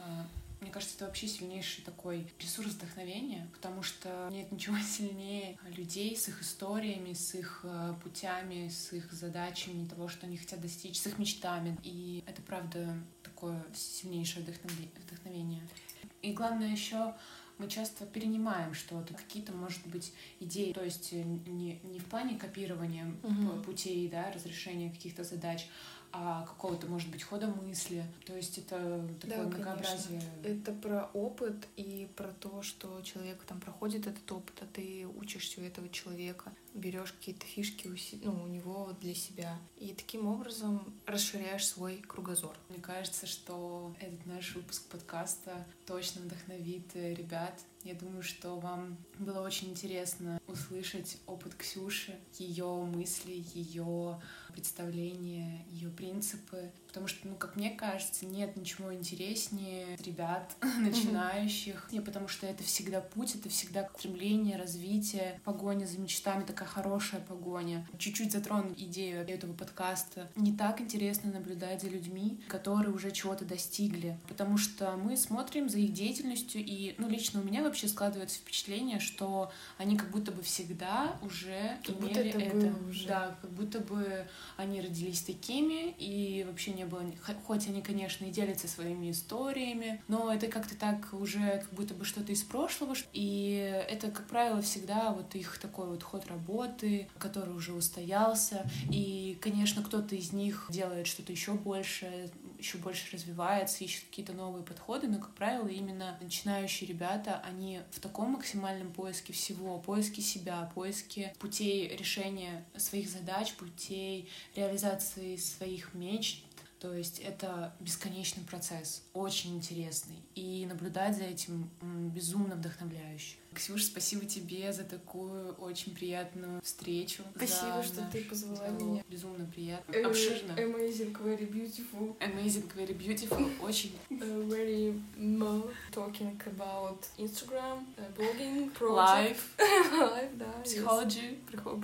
Мне кажется, это вообще сильнейший такой ресурс вдохновения, потому что нет ничего сильнее людей с их историями, с их путями, с их задачами, того, что они хотят достичь, с их мечтами. И это, правда, такое сильнейшее вдохновение. И главное еще мы часто перенимаем что-то, какие-то, может быть, идеи, то есть не в плане копирования путей, да, разрешения каких-то задач, а какого-то, может быть, хода мысли. То есть это такое многообразие. Это про опыт и про то, что человек там проходит этот опыт, а ты учишься у этого человека, берешь какие-то фишки у него для себя. И таким образом расширяешь свой кругозор. Мне кажется, что этот наш выпуск подкаста точно вдохновит ребят. Я думаю, что вам было очень интересно услышать опыт Ксюши, ее мысли, ее представления, ее принципы. Потому что, как мне кажется, нет ничего интереснее ребят, начинающих. И потому что это всегда путь, это всегда стремление, развитие, погоня за мечтами, такая хорошая погоня. Чуть-чуть затрону идею этого подкаста. Не так интересно наблюдать за людьми, которые уже чего-то достигли. Потому что мы смотрим за их деятельностью, и, лично у меня вообще складывается впечатление, что они как будто бы всегда уже имели это. Да, как будто бы они родились такими, и вообще не было... Хоть они, конечно, и делятся своими историями, но это как-то так уже как будто бы что-то из прошлого. И это, как правило, всегда вот их такой вот ход работы, который уже устоялся. И, конечно, кто-то из них делает что-то еще больше развивается, ищет какие-то новые подходы, но, как правило, именно начинающие ребята, они в таком максимальном поиске всего, поиске себя, поиске путей решения своих задач, путей реализации своих мечт. То есть это бесконечный процесс, очень интересный. И наблюдать за этим безумно вдохновляюще. Ксюш, спасибо тебе за такую очень приятную встречу. Спасибо, что ты позвала меня. Безумно приятно. Обширно. Amazing, very beautiful. Amazing, very beautiful. Очень. Very more talking about Instagram, blogging, project. Life. Life, да. Psychology.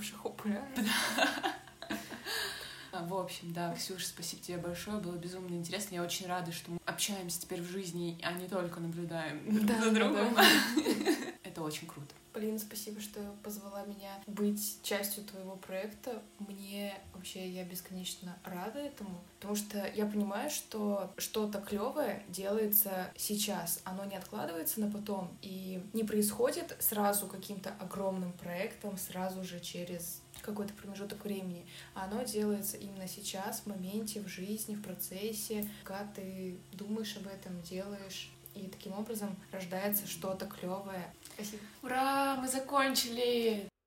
В общем, да, Ксюша, спасибо тебе большое, было безумно интересно. Я очень рада, что мы общаемся теперь в жизни, а не только наблюдаем друг за другом. Это очень круто. Полина, спасибо, что позвала меня быть частью твоего проекта. Я бесконечно рада этому, потому что я понимаю, что что-то клевое делается сейчас. Оно не откладывается на потом и не происходит сразу каким-то огромным проектом, сразу же через какой-то промежуток времени. А оно делается именно сейчас, в моменте, в жизни, в процессе, когда ты думаешь об этом, делаешь. И таким образом рождается что-то клевое. Спасибо. Ура, мы закончили!